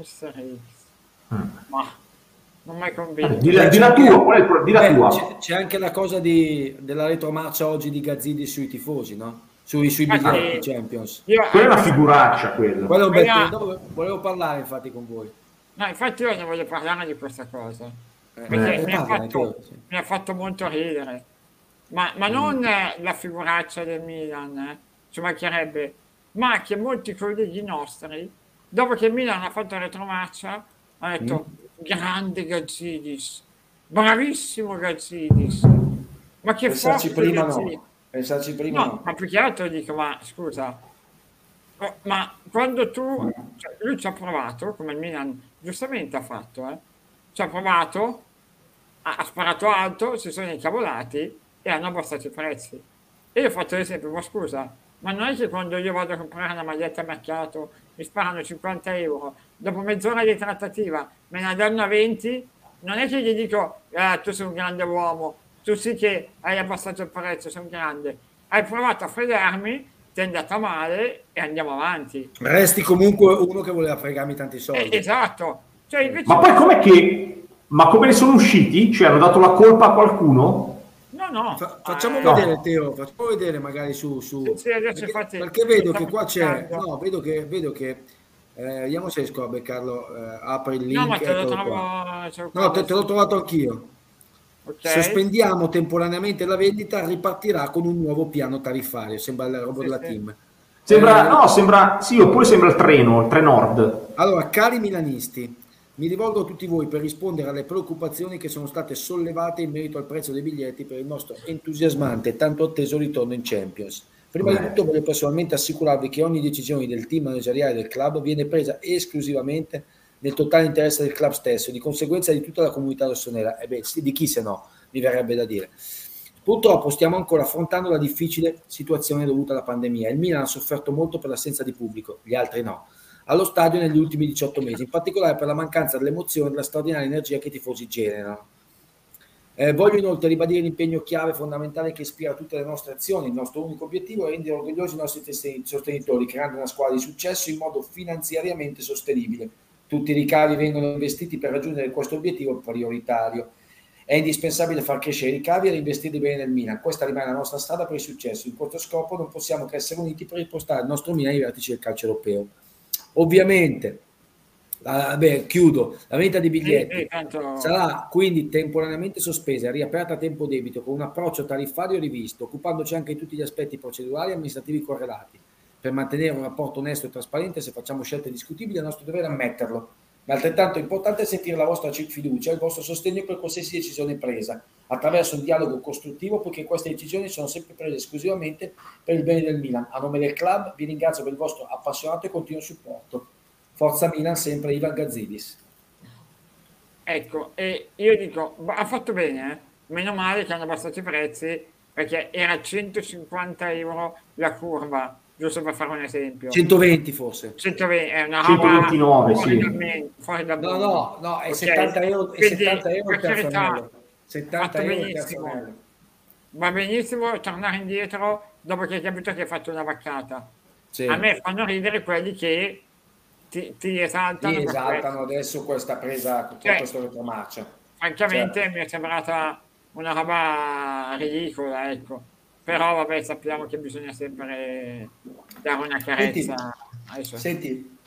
Ma non mai convinto. Di la tua. C'è anche la cosa della retromarcia oggi di Gazzidi sui tifosi, no? Sui biglietti Champions. Quella è una figuraccia, quello. Volevo parlare infatti con voi. No, infatti io ne voglio parlare di questa cosa. Perché mi ha fatto molto ridere. Ma non la figuraccia del Milan, ci mancherebbe, ma che molti colleghi nostri, dopo che il Milan ha fatto retromarcia, hanno detto grande Gazzidis, bravissimo Gazzidis. Ma che Pensarci forte prima Gazzidis. no. Pensarci prima no. Ma più che altro dico, ma scusa, ma quando tu, cioè, lui ci ha provato, come il Milan giustamente ha fatto, ci ha provato, ha sparato alto, si sono incavolati e hanno abbassato i prezzi. E io ho fatto l'esempio, ma scusa, ma non è che quando io vado a comprare una maglietta a mercato mi sparano 50 euro, dopo mezz'ora di trattativa me ne danno a 20, non è che gli dico, tu sei un grande uomo, tu sì che hai abbassato il prezzo, sei un grande, hai provato a fregarmi, ti è andata male e andiamo avanti. Resti comunque uno che voleva fregarmi tanti soldi. Esatto. Cioè, invece ma poi com'è che... Ma come ne sono usciti? Cioè hanno dato la colpa a qualcuno? No. Facciamo vedere, Teo, facciamo vedere magari su... Sì, perché vedo che qua c'è... No, vedo che vediamo se riesco a beccarlo, apri il link. No, ma te lo trovo... No, te l'ho trovato anch'io. Okay. Sospendiamo temporaneamente la vendita, ripartirà con un nuovo piano tariffario, sembra la roba della team. Sembra, sì, oppure sembra il treno Nord. Allora, cari milanisti, mi rivolgo a tutti voi per rispondere alle preoccupazioni che sono state sollevate in merito al prezzo dei biglietti per il nostro entusiasmante e tanto atteso ritorno in Champions. Prima di tutto voglio personalmente assicurarvi che ogni decisione del team manageriale del club viene presa esclusivamente nel totale interesse del club stesso, di conseguenza di tutta la comunità rossonera, di chi se no, mi verrebbe da dire. Purtroppo stiamo ancora affrontando la difficile situazione dovuta alla pandemia. Il Milan ha sofferto molto per l'assenza di pubblico, gli altri no, allo stadio negli ultimi 18 mesi, in particolare per la mancanza dell'emozione e della straordinaria energia che i tifosi generano. Voglio inoltre ribadire l'impegno chiave e fondamentale che ispira tutte le nostre azioni. Il nostro unico obiettivo è rendere orgogliosi i nostri sostenitori, creando una squadra di successo in modo finanziariamente sostenibile. Tutti i ricavi vengono investiti per raggiungere questo obiettivo prioritario. È indispensabile far crescere i ricavi e reinvestirli bene nel Milan. Questa rimane la nostra strada per il successo. In questo scopo non possiamo che essere uniti per ripostare il nostro Milan ai vertici del calcio europeo. Ovviamente Chiudo. La vendita di biglietti tanto... sarà quindi temporaneamente sospesa e riaperta a tempo debito con un approccio tariffario rivisto, occupandoci anche di tutti gli aspetti procedurali e amministrativi correlati. Per mantenere un rapporto onesto e trasparente, se facciamo scelte discutibili è nostro dovere ammetterlo. Ma altrettanto importante è sentire la vostra fiducia e il vostro sostegno per qualsiasi decisione presa, attraverso un dialogo costruttivo, poiché queste decisioni sono sempre prese esclusivamente per il bene del Milan. A nome del club vi ringrazio per il vostro appassionato e continuo supporto. Forza Milan, sempre Ivan Gazzidis. Ecco, e io dico, ha fatto bene, meno male che hanno abbassato i prezzi, perché era 150 euro la curva, giusto per fare un esempio. 120 forse. 120, è una 129, roba sì. fuori da No, è okay. 70 euro, è 70 euro il terzo anello. 70 euro il terzo anello. Va benissimo tornare indietro dopo che hai capito che hai fatto una vaccata. Sì. A me fanno ridere quelli che ti esaltano. Ti esaltano adesso questa presa, questa retromarcia. Francamente mi è sembrata una roba ridicola, ecco. Però vabbè, sappiamo che bisogna sempre dare una chiarezza. Senti,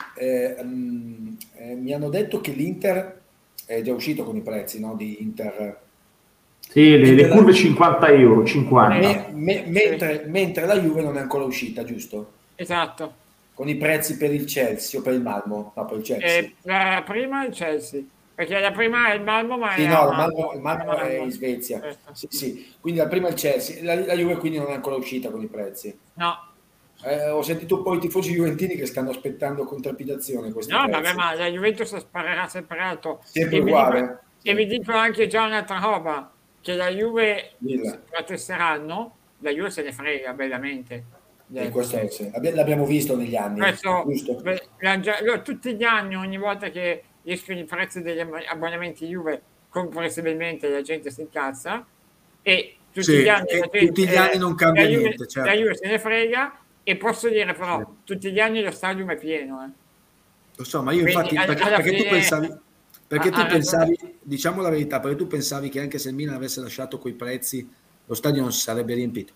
mi hanno detto che l'Inter è già uscito con i prezzi, no? Di Inter. Sì, le curve 50 euro, 50. Mentre la Juve non è ancora uscita, giusto? Esatto. Con i prezzi per il Chelsea o per il Malmo? No, per il Chelsea. La prima è il Chelsea. Perché la prima è il Malmo, ma sì, no, il Malmo è in Svezia. Sì. Quindi la prima è il Chelsea. La Juve quindi non è ancora uscita con i prezzi. No. Ho sentito un po' i tifosi juventini che stanno aspettando con trepidazione questi prezzi. Vabbè, ma la Juventus sparerà sempre alto. Sempre uguale. E vi dico anche già un'altra roba, che la Juve protesteranno, la Juve se ne frega bellamente. E questo l'abbiamo visto negli anni. Giusto? Tutti gli anni, ogni volta che escono i prezzi degli abbonamenti Juve, comprensibilmente la gente si incazza, e tutti gli anni non cambia niente. La Juve se ne frega, e posso dire però, tutti gli anni lo stadium è pieno. Lo so, ma io infatti, perché tu pensavi, diciamo la verità, perché tu pensavi che anche se il Milan avesse lasciato quei prezzi, lo stadio non si sarebbe riempito?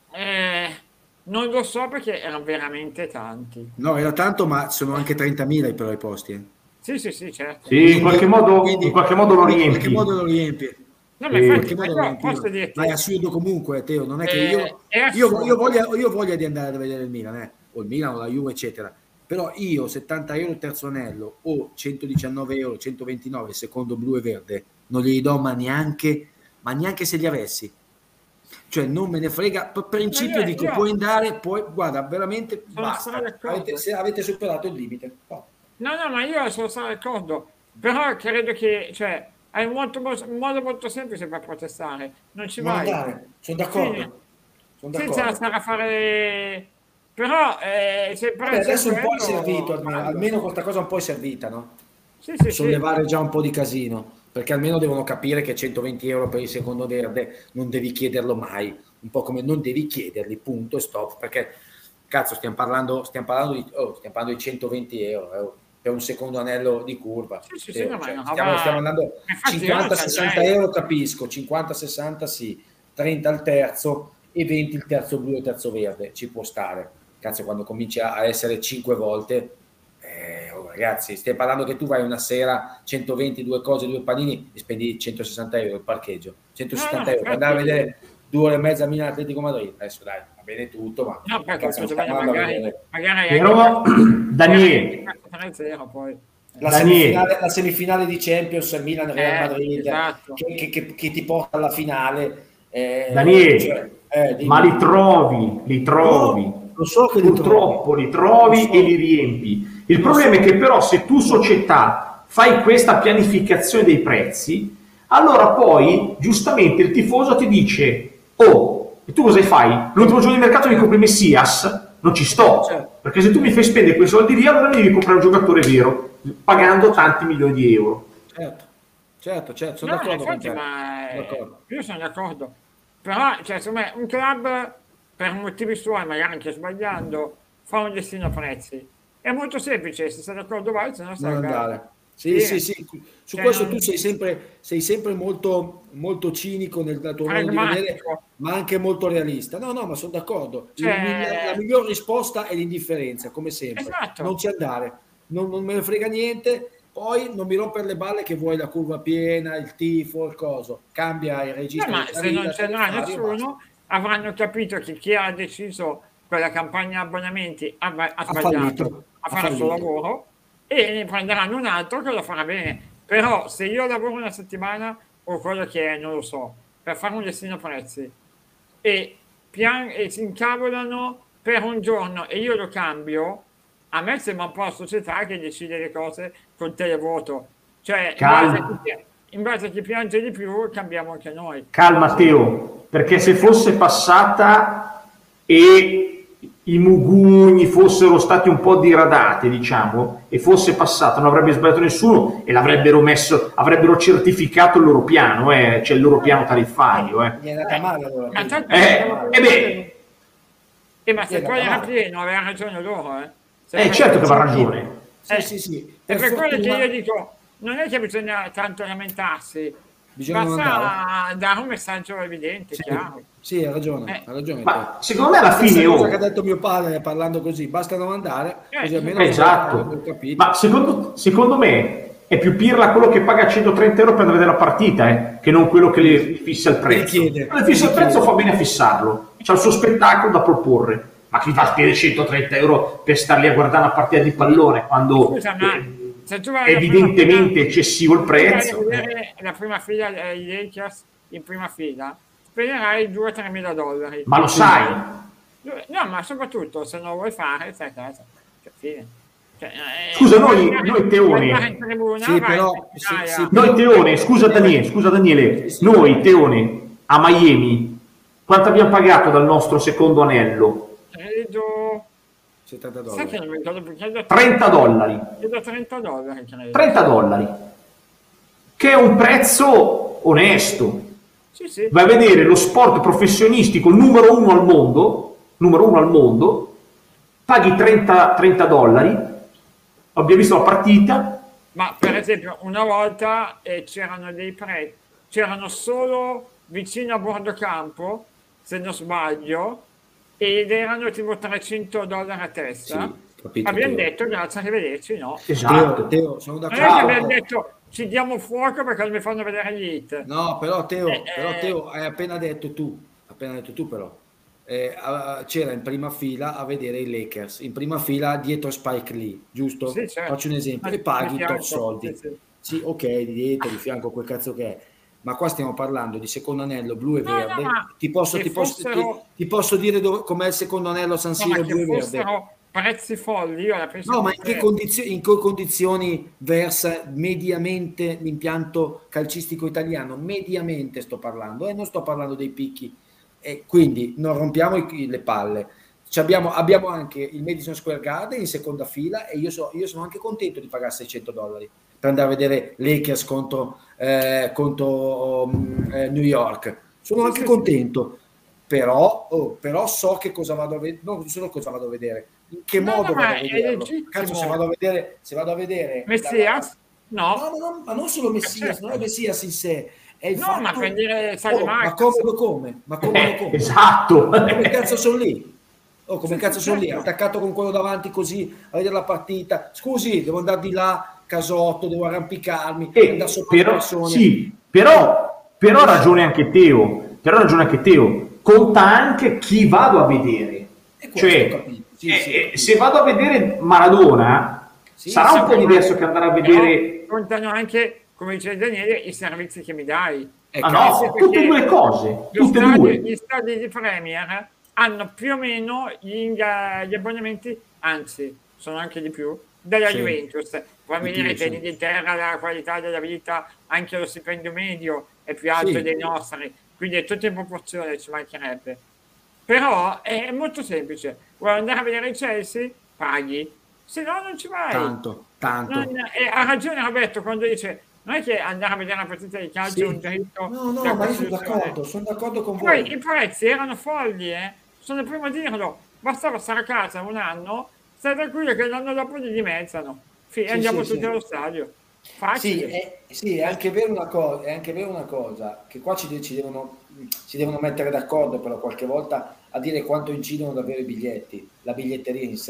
Non lo so, perché erano veramente tanti. No, era tanto, ma sono anche 30.000 però i posti. Sì, certo. Sì, in qualche modo lo riempi. In qualche modo lo riempi. No, ma infatti, posso dirti... Ma è assurdo comunque, Teo, non è che io voglia di andare a vedere il Milan, o il Milan o la Juve, eccetera. Però io 70 euro il terzo anello o 119 euro, 129 il secondo blu e verde, non li do ma neanche se li avessi. Cioè non me ne frega, per principio dico puoi andare, poi guarda, veramente basta, avete superato il limite. No, ma io sono stato d'accordo, però credo che hai un modo molto semplice per protestare, non ci vai. Sono d'accordo. Senza stare a fare... Però adesso un po' è servito, almeno questa cosa un po' è servita, no? Sì, sollevare già un po' di casino, perché almeno devono capire che 120 euro per il secondo verde non devi chiederlo mai, un po' come non devi chiederli, punto e stop, perché cazzo stiamo parlando di 120 euro per un secondo anello di curva. Stiamo andando 50-60 euro, capisco, 50-60 sì, 30 al terzo e 20 il terzo blu e il terzo verde, ci può stare. Cazzo, quando comincia a essere 5 volte, ragazzi, stai parlando che tu vai una sera 120, due cose, due panini e spendi 160 euro il parcheggio, 170 euro per andare a vedere 2 ore e mezza Milan Atletico Madrid. Adesso dai, va bene tutto, ma no, magari però Daniele, la semifinale di Champions Milan Real Madrid, esatto, che ti porta alla finale. Daniele, ma li trovi. Lo so che purtroppo li trovi e li riempi. Il problema è che però se tu società fai questa pianificazione dei prezzi, allora poi giustamente il tifoso ti dice e tu cosa fai? L'ultimo giorno di mercato mi compri Messias? Non ci sto, perché se tu mi fai spendere quei soldi lì, allora mi devi comprare un giocatore vero, pagando tanti milioni di euro. Certo, sono d'accordo con te. Io sono d'accordo, però secondo me un club, per motivi suoi, magari anche sbagliando, fa un destino prezzi. È molto semplice, se sei d'accordo vai, se no stai andare. Sì. Su questo tu sei sempre molto, molto cinico nel tuo modo di vedere, ma anche molto realista. No, ma sono d'accordo. La miglior risposta è l'indifferenza, come sempre. Esatto. Non ci andare, non me ne frega niente. poi non mi rompere le balle che vuoi la curva piena, il tifo, il coso, cambia il registro. Ma se non ce n'ha nessuno, avranno capito che chi ha deciso quella campagna abbonamenti ha sbagliato a fare il suo lavoro e ne prenderanno un altro che lo farà bene. Però se io lavoro una settimana o quello che è, non lo so, per fare un listino prezzi e si incavolano per un giorno e io lo cambio, a me sembra un po' la società che decide le cose col televoto. Cioè, in base a chi piange di più, cambiamo anche noi. Calma Teo, perché se fosse passata e i mugugni fossero stati un po' diradati, diciamo, e fosse passata, non avrebbe sbagliato nessuno e avrebbero certificato il loro piano, cioè il loro piano tariffario. Gli è andata male allora. Ma se poi era pieno, aveva ragione loro, certo che aveva ragione. Sì. E per quello che io dico, non è che bisogna tanto lamentarsi, basta dare un messaggio evidente, chiaro. Sì, ha ragione. Ma secondo me alla fine cosa che ha detto mio padre parlando così, basta non andare, così almeno esatto. Ma secondo me è più pirla quello che paga 130 euro per vedere la partita, che non quello che le fissa il prezzo. Le fissa il prezzo, fa bene a fissarlo, c'ha il suo spettacolo da proporre. Ma chi va a spendere 130 euro per star lì a guardare una partita di pallone quando è evidentemente eccessivo il prezzo? Se tu vai a vedere la prima fila, i Lakers in prima fila, spenderai $2-3 mila. Ma lo sai? No, ma soprattutto se non lo vuoi fare, stai a casa. Fine. Scusa, noi Teone, noi Teone, scusa Daniele, noi Teone a Miami, quanto abbiamo pagato dal nostro secondo anello? Credo $70. Sai che non mi ricordo più, $30. Credo $30, credo. $30, che è un prezzo onesto. Sì. Vai a vedere lo sport professionistico numero uno al mondo, paghi $30. Abbiamo visto la partita. Ma per esempio una volta c'erano dei prezzi, c'erano solo vicino a bordo campo, se non sbaglio, ed erano tipo $300 a testa. Sì, abbiamo detto grazie, arrivederci, no? Esatto. Teo, sono d'accordo. Non è che abbiamo detto ci diamo fuoco perché non mi fanno vedere gli hit. No, però Teo, hai appena detto tu però. C'era in prima fila a vedere i Lakers, in prima fila dietro Spike Lee, giusto? Sì, certo. Faccio un esempio, e paghi tot soldi. Sì, ok, dietro, di fianco, quel cazzo che è. Ma qua stiamo parlando di secondo anello blu e verde. Ti posso dire com'è il secondo anello San Siro blu e verde? Prezzi folli, io la penso. No, ma in che condizioni versa mediamente l'impianto calcistico italiano? Mediamente sto parlando, non sto parlando dei picchi. E quindi non rompiamo le palle. Abbiamo anche il Madison Square Garden in seconda fila e io sono anche contento di pagare $600 per andare a vedere Lakers contro New York. Sono anche contento, però so che cosa vado a vedere, non solo cosa vado a vedere, in che modo vado a vederlo. Cazzo, se vado a vedere Messias? No, ma non solo Messias, non è Messias in sé. Ma per dire ma come? Esatto. Come cazzo sono lì? Come cazzo sono lì? Attaccato con quello davanti così a vedere la partita. Scusi, devo andare di là, casotto, devo arrampicarmi, andare sopra le persone. Sì, però ha ragione anche Teo. Conta anche chi vado a vedere. Cioè, se vado a vedere Maradona, sarà un po' diverso che andare a vedere. Contano anche, come dice Daniele, i servizi che mi dai. Tutte e due le cose. Gli stadi di Premier hanno più o meno gli abbonamenti, anzi, sono anche di più, della Juventus. Poi mi direte in Inghilterra la qualità della vita, anche lo stipendio medio è più alto dei nostri, quindi è tutto in proporzione, ci mancherebbe. Però è molto semplice. Vuoi andare a vedere il Chelsea? Paghi. Se no non ci vai. Tanto. Ha ragione Roberto quando dice non è che andare a vedere una partita di calcio è un diritto. No, ma io sono d'accordo con voi. Poi i prezzi erano folli, sono il primo a dirlo. Bastava stare a casa un anno, stai tranquillo che l'anno dopo li dimezzano. Andiamo tutti allo stadio. Facile. Sì, è anche vero una cosa, che qua ci devono mettere d'accordo però qualche volta a dire quanto incidono davvero i biglietti, la biglietteria in sé.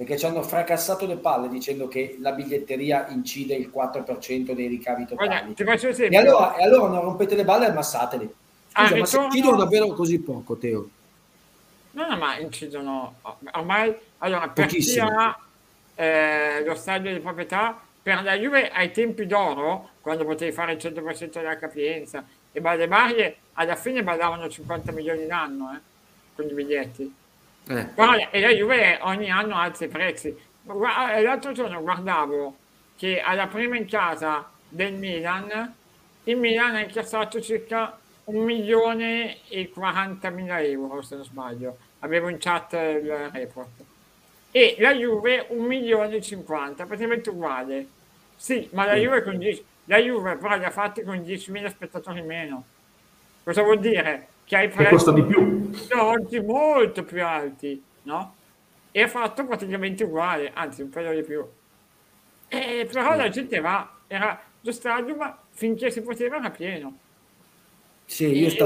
perché ci hanno fracassato le palle dicendo che la biglietteria incide il 4% dei ricavi totali. Ti faccio E allora non rompete le balle e ammassateli. Scusa, ma se ritorno... incidono davvero così poco, Teo? No, ma incidono ormai. Allora, per chi ha lo stadio di proprietà, per la Juve ai tempi d'oro, quando potevi fare il 100% della capienza e balle varie, alla fine ballavano 50 milioni l'anno con i biglietti. Però, e la Juve ogni anno alza i prezzi. L'altro giorno guardavo che alla prima in casa del Milan, il Milan ha incassato circa 1.040.000 euro, se non sbaglio. Avevo in chat il report. E la Juve 1.050.000, praticamente uguale. Sì, ma la Juve la Juve però li ha fatti con 10.000 spettatori meno. Cosa vuol dire? Che hai prezzi costa di più. oggi molto più alti, no? E ha fatto praticamente uguale, anzi un po' di più. Però la gente era lo stadio, ma finché si poteva era pieno. Sì,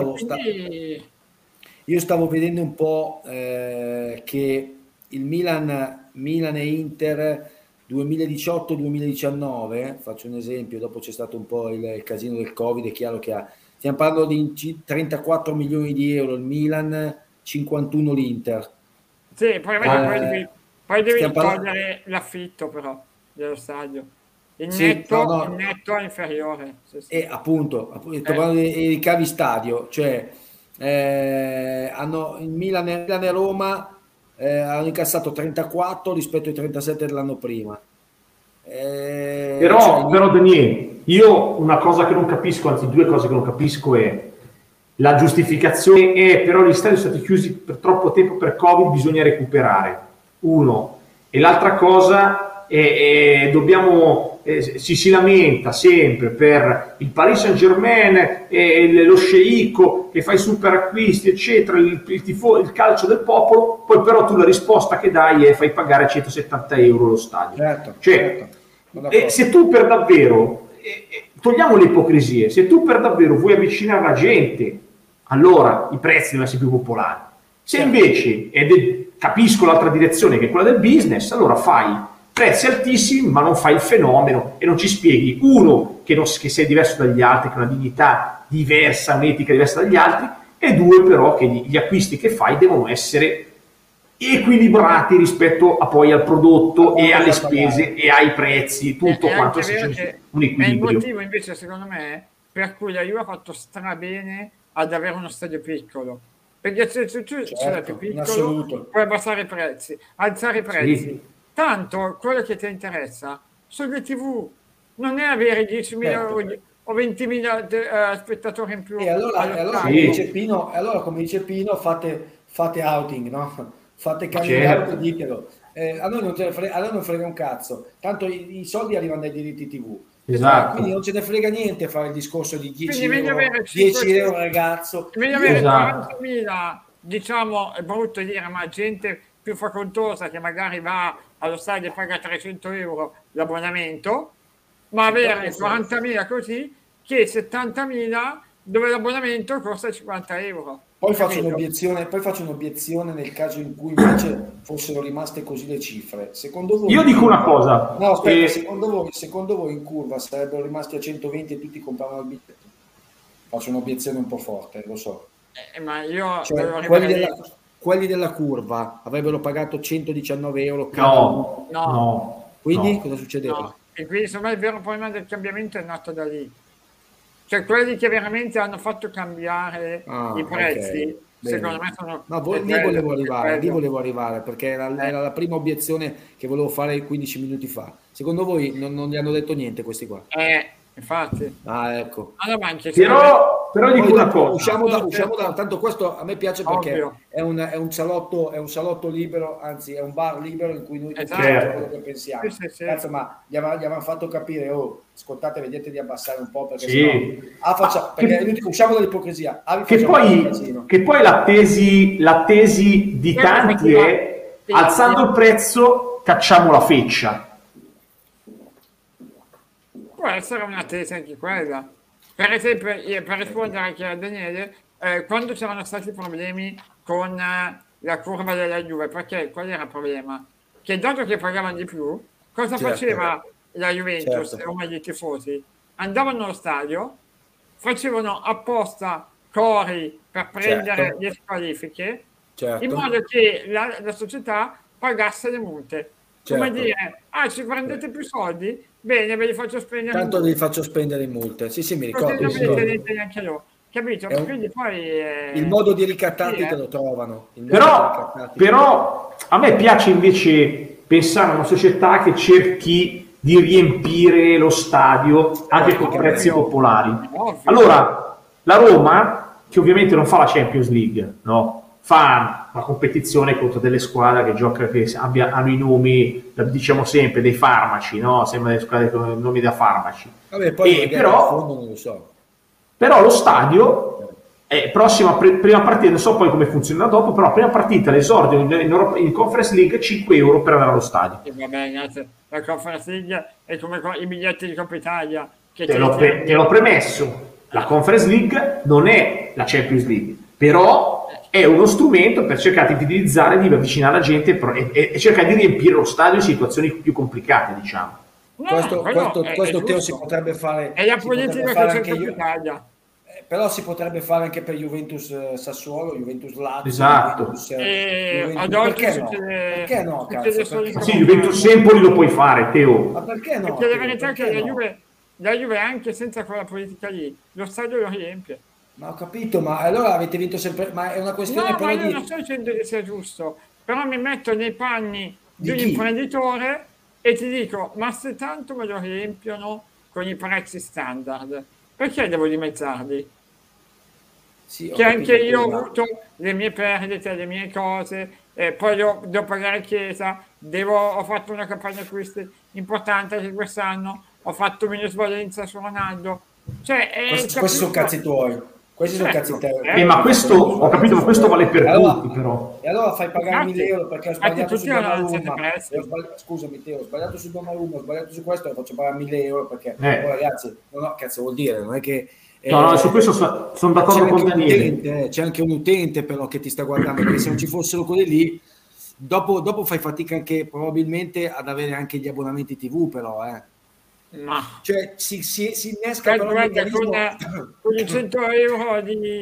io stavo vedendo un po' che il Milan e Inter 2018-2019, faccio un esempio, dopo c'è stato un po' il casino del Covid, è chiaro che stiamo parlando di 34 milioni di euro il Milan, 51 l'Inter. Sì, poi devi togliere l'affitto però dello stadio. Il netto è inferiore. Sì. E appunto parlando dei ricavi stadio, cioè hanno il Milan e Roma hanno incassato 34 rispetto ai 37 dell'anno prima. Però Daniele, io una cosa che non capisco, anzi due cose che non capisco è la giustificazione però gli stadi sono stati chiusi per troppo tempo per Covid, bisogna recuperare. Uno. E l'altra cosa si lamenta sempre per il Paris Saint-Germain e lo sceicco che fa i super acquisti eccetera, il calcio del popolo, poi però tu la risposta che dai è fai pagare 170 euro lo stadio. Certo. Se tu per davvero togliamo le ipocrisie, se tu per davvero vuoi avvicinare la gente, allora i prezzi devono essere più popolari. Se invece, capisco l'altra direzione che è quella del business, allora fai prezzi altissimi ma non fai il fenomeno e non ci spieghi, uno, che sei diverso dagli altri, che ha una dignità diversa, un'etica diversa dagli altri, e due però che gli acquisti che fai devono essere equilibrati rispetto poi al prodotto e alle spese e ai prezzi, tutto quanto c'è un equilibrio. È il motivo invece secondo me per cui la Juve ha fatto strabene ad avere uno stadio piccolo, perché se tu ce l'hai più piccolo puoi abbassare i prezzi, alzare i prezzi. Sì. Tanto quello che ti interessa sono le TV, non è avere 10.000 o 20.000 spettatori in più. E allora come dice Pino, fate outing, no? Fate coming out e ditelo. A noi non frega un cazzo, tanto i soldi arrivano dai diritti TV. Esatto. Quindi non ce ne frega niente fare il discorso di 10 euro ragazzo. Meglio avere 40.000, diciamo, è brutto dire, ma gente più facoltosa che magari va allo stadio e paga 300 euro l'abbonamento, ma avere 40.000 così che 70.000 dove l'abbonamento costa 50 euro. Poi faccio un'obiezione nel caso in cui invece fossero rimaste così le cifre. Secondo voi? Io dico una cosa. No, aspetta, secondo voi in curva sarebbero rimasti a 120 e tutti compravano il biglietto? Faccio un'obiezione un po' forte, lo so. Ma io quelli della curva avrebbero pagato 119 euro. No. Quindi cosa succedeva? No. E quindi insomma il vero problema del cambiamento è nato da lì. Cioè quelli che veramente hanno fatto cambiare i prezzi, secondo me sono... No, lì volevo arrivare, perché era la prima obiezione che volevo fare 15 minuti fa. Secondo voi non gli hanno detto niente questi qua? Infatti. Ecco. Però dico una cosa. Usciamo da tanto questo a me piace perché è un salotto libero, anzi è un bar libero in cui noi diciamo quello che pensiamo. Sì. Cazzo, ma gli avevano fatto capire, ascoltate, vedete di abbassare un po' perché sennò perché usciamo dall'ipocrisia. Che poi la tesi di tanti è alzando il prezzo cacciamo la feccia. Può essere una tesi anche quella. Per esempio, per rispondere anche a Daniele, quando c'erano stati problemi con la curva della Juve, perché qual era il problema? che dato che pagavano di più, cosa Certo. faceva la Juventus Certo. e ormai i tifosi? Andavano allo stadio, facevano apposta cori per prendere Certo. le squalifiche, Certo. in modo che la società pagasse le multe. Come Certo. dire, ci prendete più soldi? Bene, ve li faccio spendere in Tanto multe. li faccio spendere in multe. Sì, mi Così ricordo. non sì, ve li sì. tenete neanche loro. Capito? È un- Quindi poi... Il modo di ricattarti sì, te lo trovano. Il modo di Però, ricattarti. però a me piace invece pensare a una società che cerchi di riempire lo stadio anche con ovvio. prezzi popolari. Ovvio. Allora, la Roma, che ovviamente non fa la Champions League, no? Fa una competizione contro delle squadre che giocano, hanno i nomi, diciamo sempre, dei farmaci, no? Sembra delle squadre con i nomi da farmaci. Vabbè, poi magari in fondo non lo so. Però lo stadio è prima partita, non so poi come funziona dopo, però prima partita l'esordio in Conference League 5 euro per andare allo stadio. E va bene, ragazzi, la Conference League è come i biglietti di Coppa Italia. Che Te l'ho premesso, la Conference League non è la Champions League, però è uno strumento per cercare di utilizzare, di avvicinare la gente e cercare di riempire lo stadio in situazioni più complicate, diciamo. No, Questo è Teo giusto. si potrebbe fare. È la si potrebbe politica fare che anche c'è in Italia. però si potrebbe fare anche per Juventus Sassuolo, Juventus Lazio, Esatto. Juventus, Ad oggi perché no? succede, Perché no, succede cazzo? solo in Perché Sì, no? Juventus Empoli lo puoi fare, Teo. Ma perché no? Perché la Teo? verità è che Perché la no? Juve anche senza quella politica lì, lo stadio lo riempie. Ma ho capito, ma allora avete vinto sempre. Ma è una questione No, ma però io di. non sto dicendo che sia giusto, però mi metto nei panni di Di un chi? imprenditore e ti dico, ma se tanto me lo riempiono con i prezzi standard, perché devo dimezzarli? Sì, ho Che capito, anche io ho Teo, ma- avuto le mie perdite, le mie cose, poi devo pagare chiesa, ho fatto una campagna acquisti importante anche quest'anno, ho fatto minusvalenza su Ronaldo, cioè, Questi sono cazzi tuoi. Questi sono cazzi certo, tuoi. Ma questo, ho capito, ma questo vale per tutti, però. E allora fai pagare 1000 euro perché ho infatti sbagliato su tutti hanno alzato i Donnarumma. prezzi. Scusami, Teo, ho sbagliato su Donnarumma, ho sbagliato su questo, e faccio pagare 1000 euro perché. Eh. Oh, ragazzi, no, cazzo vuol dire, non è che. No, su questo sono d'accordo c'è con anche un Daniele. utente, c'è anche un utente però che ti sta guardando, perché se non ci fossero quelli lì, dopo fai fatica anche probabilmente ad avere anche gli abbonamenti TV, però, Ma Cioè si innesca però il guarda, meccanismo. con i 100 euro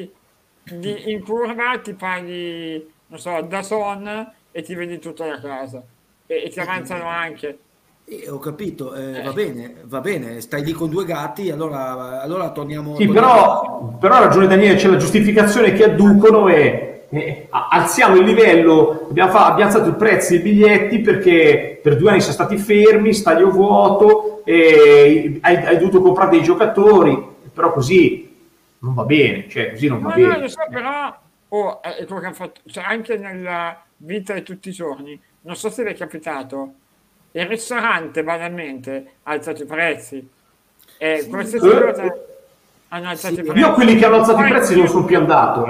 in curva ti paghi, non so, da son e ti vedi tutta la casa e ti avanzano anche. Ho capito, va bene, stai lì con due gatti, allora torniamo. Sì, però ha ragione Daniele, c'è la giustificazione che adducono è alziamo il livello, abbiamo alzato i prezzi dei biglietti perché per 2 anni siamo stati fermi, stadio vuoto, e hai dovuto comprare dei giocatori, però così non va bene, cioè così non va No, bene. lo so, però è quello che hanno fatto, cioè, anche nella vita di tutti i giorni, non so se vi è capitato, il ristorante banalmente ha alzato i prezzi, e qualsiasi cosa hanno alzato i prezzi. Io quelli che hanno alzato i Poi prezzi non sono più andato,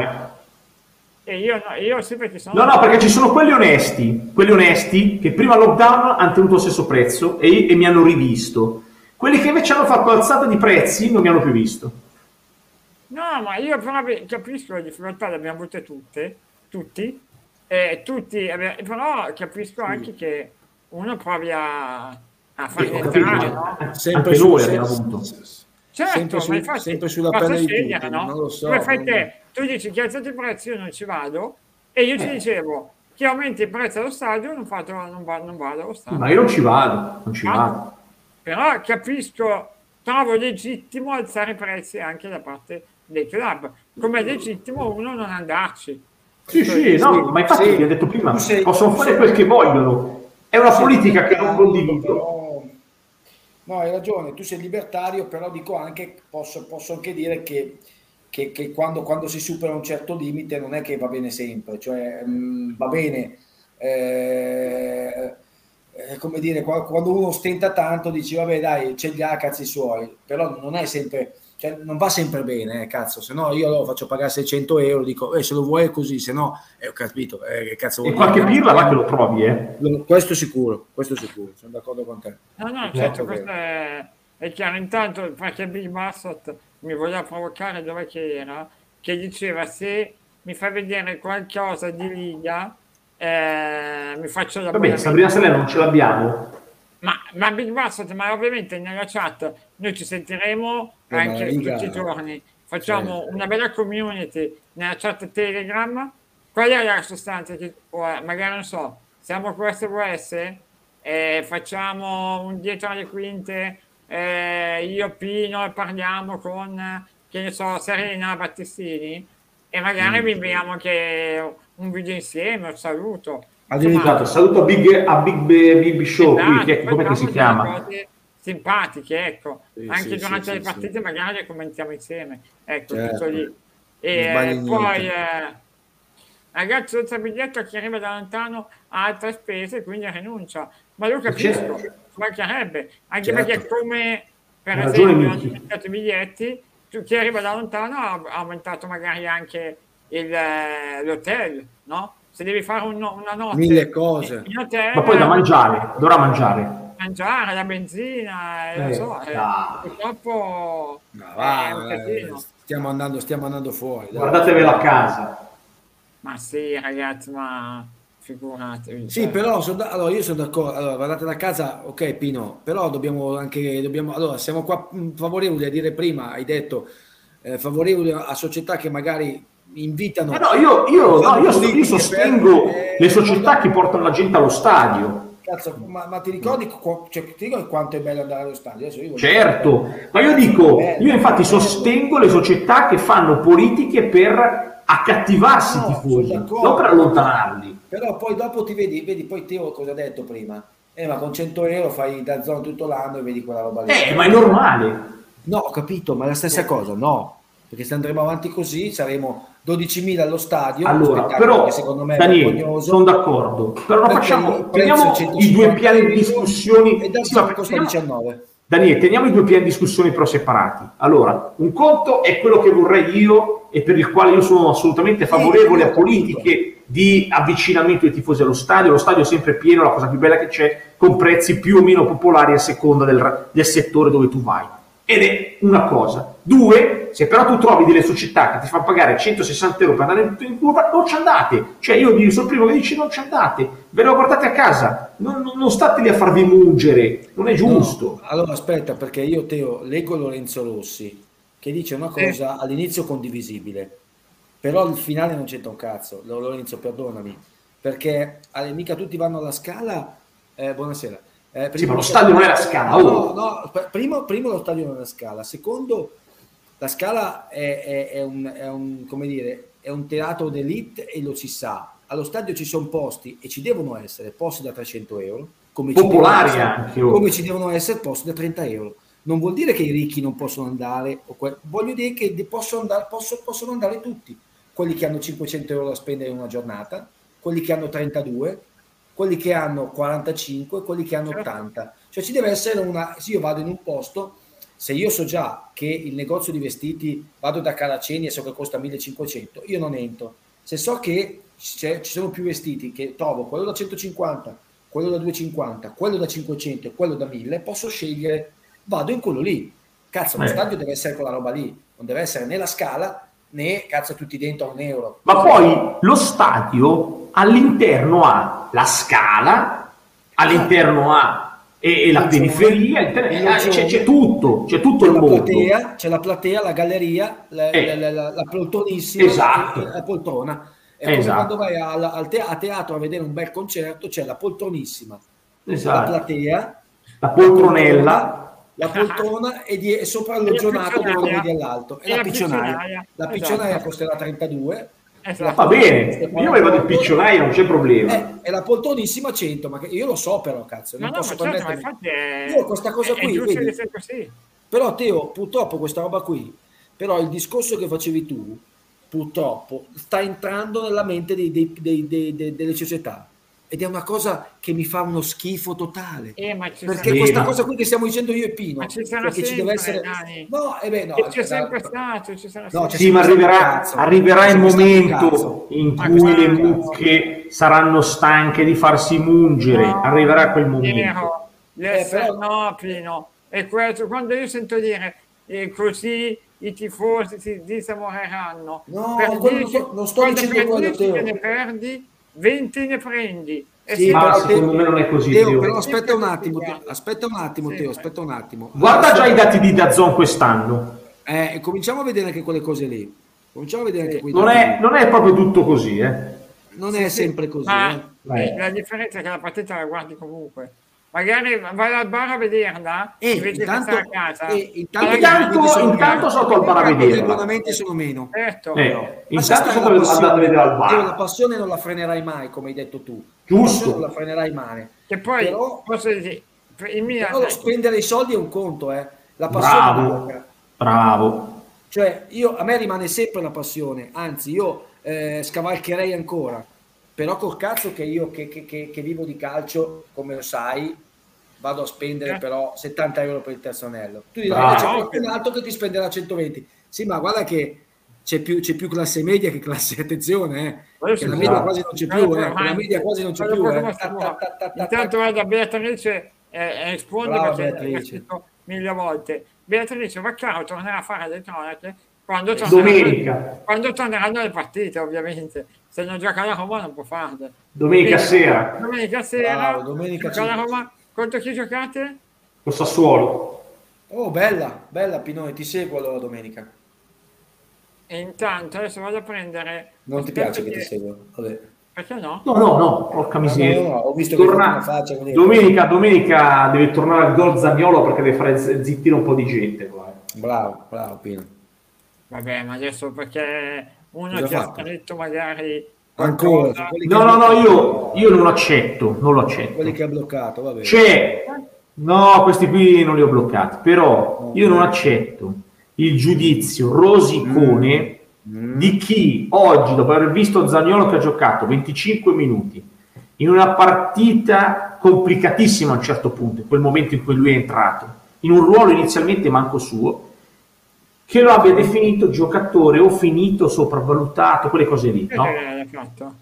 E io sì perché sono... No, perché ci sono quelli onesti che prima lockdown hanno tenuto lo stesso prezzo e mi hanno rivisto. Quelli che invece hanno fatto alzata di prezzi non mi hanno più visto. No, ma io proprio capisco le difficoltà, le abbiamo avute tutti, però capisco anche che uno provi a farli Ho capito, entrare, no? anche noi abbiamo avuto. Certo, ma infatti sempre sulla basta pelle di scegliere, tutti, no? non lo so. Come fai te? Tu dici che alzate i prezzi, io non ci vado, e io ti dicevo che aumenti il prezzo allo stadio, non vado allo stadio. Ma io non ci vado, Però capisco, trovo legittimo alzare i prezzi anche da parte dei club, come è legittimo uno non andarci. Sì, no, ma infatti sì. ti ho detto prima, Tu possono fare quel che vogliono. È una politica che non condivido. Però- No, hai ragione, tu sei libertario, però dico anche, posso anche dire che quando si supera un certo limite non è che va bene sempre, cioè va bene, come dire, quando uno stenta tanto dici vabbè dai, ce li ha cazzi suoi, però non è sempre, cioè, non va sempre bene, cazzo, se no io lo faccio pagare 600 euro, dico se lo vuoi è così, se no, ho capito, che cazzo E vuol qualche dire? pirla va che lo trovi, Questo sicuro, sono d'accordo con te. No, certo, questo è chiaro. Intanto, perché Bill Bassett mi voleva provocare, dove che era, che diceva se mi fai vedere qualcosa di Liga, mi faccio Va bene, Sabrina Salerno non ce l'abbiamo. Ma Big Bassett, ma ovviamente nella chat noi ci sentiremo anche tutti i giorni. Facciamo una bella community nella chat Telegram. Qual è la sostanza che magari non so, siamo con SWS, facciamo un dietro le quinte, io Pino e parliamo con, che ne so, Serena Battistini, e magari vi inviamo anche un video insieme, un saluto. Insomma, saluto a Big Show, Esatto, come si chiama? Cose simpatiche, ecco, anche durante le partite sì. magari le commentiamo insieme, ecco, Certo. tutto lì. E poi ragazzi, senza biglietto chi arriva da lontano ha altre spese, quindi rinuncia. Ma lo capisco, mancherebbe, anche perché come per esempio hanno aumentato i biglietti, chi arriva da lontano ha aumentato magari anche l'hotel, no? Se devi fare una notte 1000 cose, in hotel, ma poi da mangiare, dovrà mangiare. La benzina, non so, purtroppo è un casino. stiamo andando fuori. Guardatevela a casa. Ma sì, ragazzi, ma figuratevi. Sì, però allora io sono d'accordo. Allora, guardate da casa, ok, Pino, però dobbiamo allora, siamo qua favorevoli a dire prima, hai detto, favorevoli a società che magari invitano. Io sostengo le società che portano la gente allo stadio. Cazzo, ma ti ricordi, quanto è bello andare allo stadio? Certo, ma io infatti sostengo le società che fanno politiche per accattivarsi i tifosi, non per allontanarli. Però poi dopo ti vedi poi Teo cosa ha detto prima? Ma con 100 euro fai da zona tutto l'anno e vedi quella roba lì. Ma è normale. No, ho capito, ma è la stessa cosa, no. Perché se andremo avanti così saremo 12.000 allo stadio. Allora, però, secondo me Daniele, sono d'accordo. Però teniamo i due piani di discussioni. E da costa 19. Daniele, teniamo i due piani di discussione però separati. Allora, un conto è quello che vorrei io e per il quale io sono assolutamente favorevole a politiche di avvicinamento dei tifosi allo stadio. Lo stadio è sempre pieno, la cosa più bella che c'è, con prezzi più o meno popolari a seconda del settore dove tu vai. Ed è una cosa. Due, se però tu trovi delle società che ti fanno pagare 160 euro per andare in curva, non ci andate. Cioè io sono il primo che dice non ci andate, ve lo portate a casa, non state lì a farvi mungere, non è giusto. No, allora aspetta, perché io Teo leggo Lorenzo Rossi che dice una cosa all'inizio condivisibile, però al finale non c'entra un cazzo. Lorenzo, perdonami, perché mica tutti vanno alla Scala. Buonasera. Sì, ma lo stadio non è la Scala. No, primo lo stadio non è la Scala. Secondo, la Scala è un come dire, è un teatro d'elite e lo si sa. Allo stadio ci sono posti e ci devono essere posti da 300 euro, popolari anche. Come ci devono essere posti da 30 euro. Non vuol dire che i ricchi non possono andare, voglio dire che possono andare tutti. Quelli che hanno 500 euro da spendere in una giornata, quelli che hanno 32, quelli che hanno 45, quelli che hanno 80. Cioè ci deve essere se io vado in un posto, se io so già che il negozio di vestiti, vado da Caraceni e so che costa 1500, io non entro. Se so che ci sono più vestiti, che trovo quello da 150, quello da 250, quello da 500 e quello da 1000, posso scegliere, vado in quello lì. Cazzo, lo stadio deve essere quella roba lì, non deve essere né la Scala né cazzo tutti dentro a €1. Ma poi lo stadio all'interno ha la Scala, all'interno ha e la periferia, c'è tutto il mondo. C'è la platea, la galleria, la poltronissima, esatto. La poltrona. È come quando vai a teatro a vedere un bel concerto, c'è la poltronissima, la platea, la poltronella, la poltrona e sopra il loggiato dove lo vedi all'alto, e la piccionaia. La piccionaia costerà 32. Va bene, io avevo del piccionaia, non c'è problema. E la poltronissima 100, ma io lo so però, cazzo, non posso permettermi. Io questa cosa qui, vedi, però Teo, purtroppo questa roba qui, però il discorso che facevi tu, purtroppo, sta entrando nella mente delle società. Ed è una cosa che mi fa uno schifo totale, perché questa cosa qui che stiamo dicendo io e Pino, ma ci sarà sempre, ci deve essere c'è sempre stato, sì, ma arriverà il momento in cui le mucche saranno stanche di farsi mungere, arriverà quel momento. No, Pino, è questo, quando io sento dire così i tifosi si disamoreranno, non sto dicendo quello, Teo. Ne perdi 20 ne prendi. E Sì, se Ma però secondo me non è così, Teo, Teo. però aspetta un attimo, Sì. Teo, aspetta un attimo. Guarda Adesso- già i dati di DAZN quest'anno. cominciamo a vedere anche quelle cose lì. Cominciamo a vedere anche Sì. quei Non dati è, lì. non è proprio tutto così, eh. Non Sì, è sì, sempre così, ma la Eh. differenza è che la partita la guardi comunque. Magari vai al bar a vederla, invece che stare a casa. intanto, Intanto sotto al bar a intanto gli vederla. abbonamenti sono meno. Certo. Ma se Intanto stai sono la andato a vedere al Teo, la bar. passione non la frenerai mai, come hai detto tu. La Giusto. passione non la frenerai mai. Che poi, Però, posso dire, il Milan, però lo spendere i soldi è un conto, La passione Bravo, manca. bravo. Cioè, a me rimane sempre la passione, anzi, io scavalcherei ancora. Però col cazzo che io che vivo di calcio, come lo sai, vado a spendere però 70 euro per il terzo anello. Tu dirai, Bravo. c'è qualcun altro che ti spenderà 120. Sì, ma guarda che c'è più classe media che classe, attenzione, che la media quasi non c'è più, la media quasi non c'è più. Intanto vado a Beatrice e rispondo Brava perché Beatrice. l'ho scritto 1000 volte. Beatrice Vaccaro tornerà a fare le cronache Domenica. quando torneranno le partite, ovviamente. Se non gioca la Roma non può farle. Domenica Quindi, sera Domenica sera, Bravo, domenica gioca la sera. Roma. Contro chi giocate? con Sassuolo. Oh, bella Pinone, ti seguo allora domenica. E intanto adesso vado a prendere... Non ti piace che ti seguo? Vabbè. Perché no? No, porca miseria. No, ho visto che Torna- hai fatto una faccia con il- domenica deve tornare al gol Zaniolo perché deve fare zittire un po' di gente qua. Bravo Pino. Vabbè, ma adesso perché uno Cosa ti ha ha fatto? scritto magari Ancora, qualcosa. quelli che No, ha io non lo accetto, non lo quelli accetto. che ha bloccato, vabbè. No, questi qui non li ho bloccati, però io non accetto il giudizio rosicone di chi oggi, dopo aver visto Zaniolo che ha giocato 25 minuti in una partita complicatissima a un certo punto, in quel momento in cui lui è entrato, in un ruolo inizialmente manco suo, che lo abbia definito giocatore o finito, sopravvalutato, quelle cose lì, Chi no? è che l'ha fatto?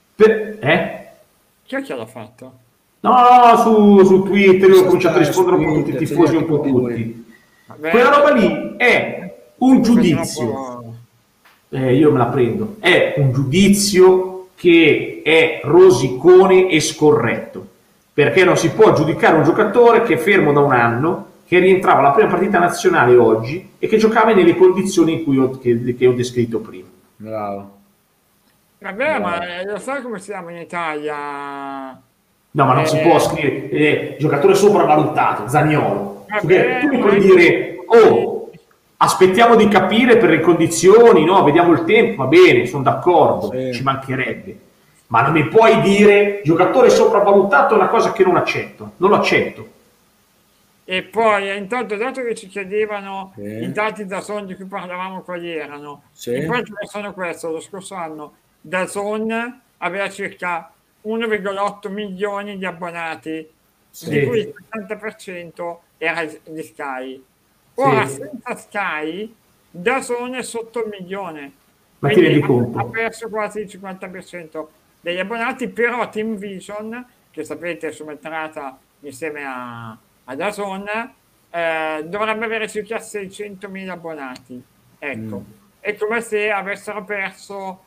Chi Chi è che l'ha fatto? No, su Twitter io ho Lascia cominciato a stare rispondere un su po' tutti i Twitter, tifosi, un po' fidati con lui. tutti. Vabbè, Quella roba lì è un giudizio, troppo- io me la prendo, è un giudizio che è rosicone e scorretto, perché non si può giudicare un giocatore che è fermo da un anno, che rientrava alla prima partita nazionale oggi e che giocava nelle condizioni in cui che ho descritto prima. Bravo. Vabbè, ma lo sai come siamo in Italia? No, ma non si può scrivere giocatore sopravvalutato, Zaniolo. Vabbè, Tu mi ma puoi anche- dire, aspettiamo di capire per le condizioni, no? Vediamo il tempo, va bene, sono d'accordo, Sì. ci mancherebbe. Ma non mi puoi dire giocatore sopravvalutato è una cosa che non accetto, non lo accetto. E poi, intanto, dato che ci chiedevano Sì. i dati da Zone di cui parlavamo quali erano, Sì. in pratica sono questo, lo scorso anno da Zone aveva circa 1,8 milioni di abbonati, Sì. di cui il 70% era di Sky. Ora, Sì. senza Sky, da Zone è sotto il milione. Ma ti Quindi rendi conto? ha perso quasi il 50% degli abbonati, però Team Vision, che sapete è subentrata insieme a DAZN, dovrebbe avere circa 600.000 abbonati. Ecco, è come se avessero perso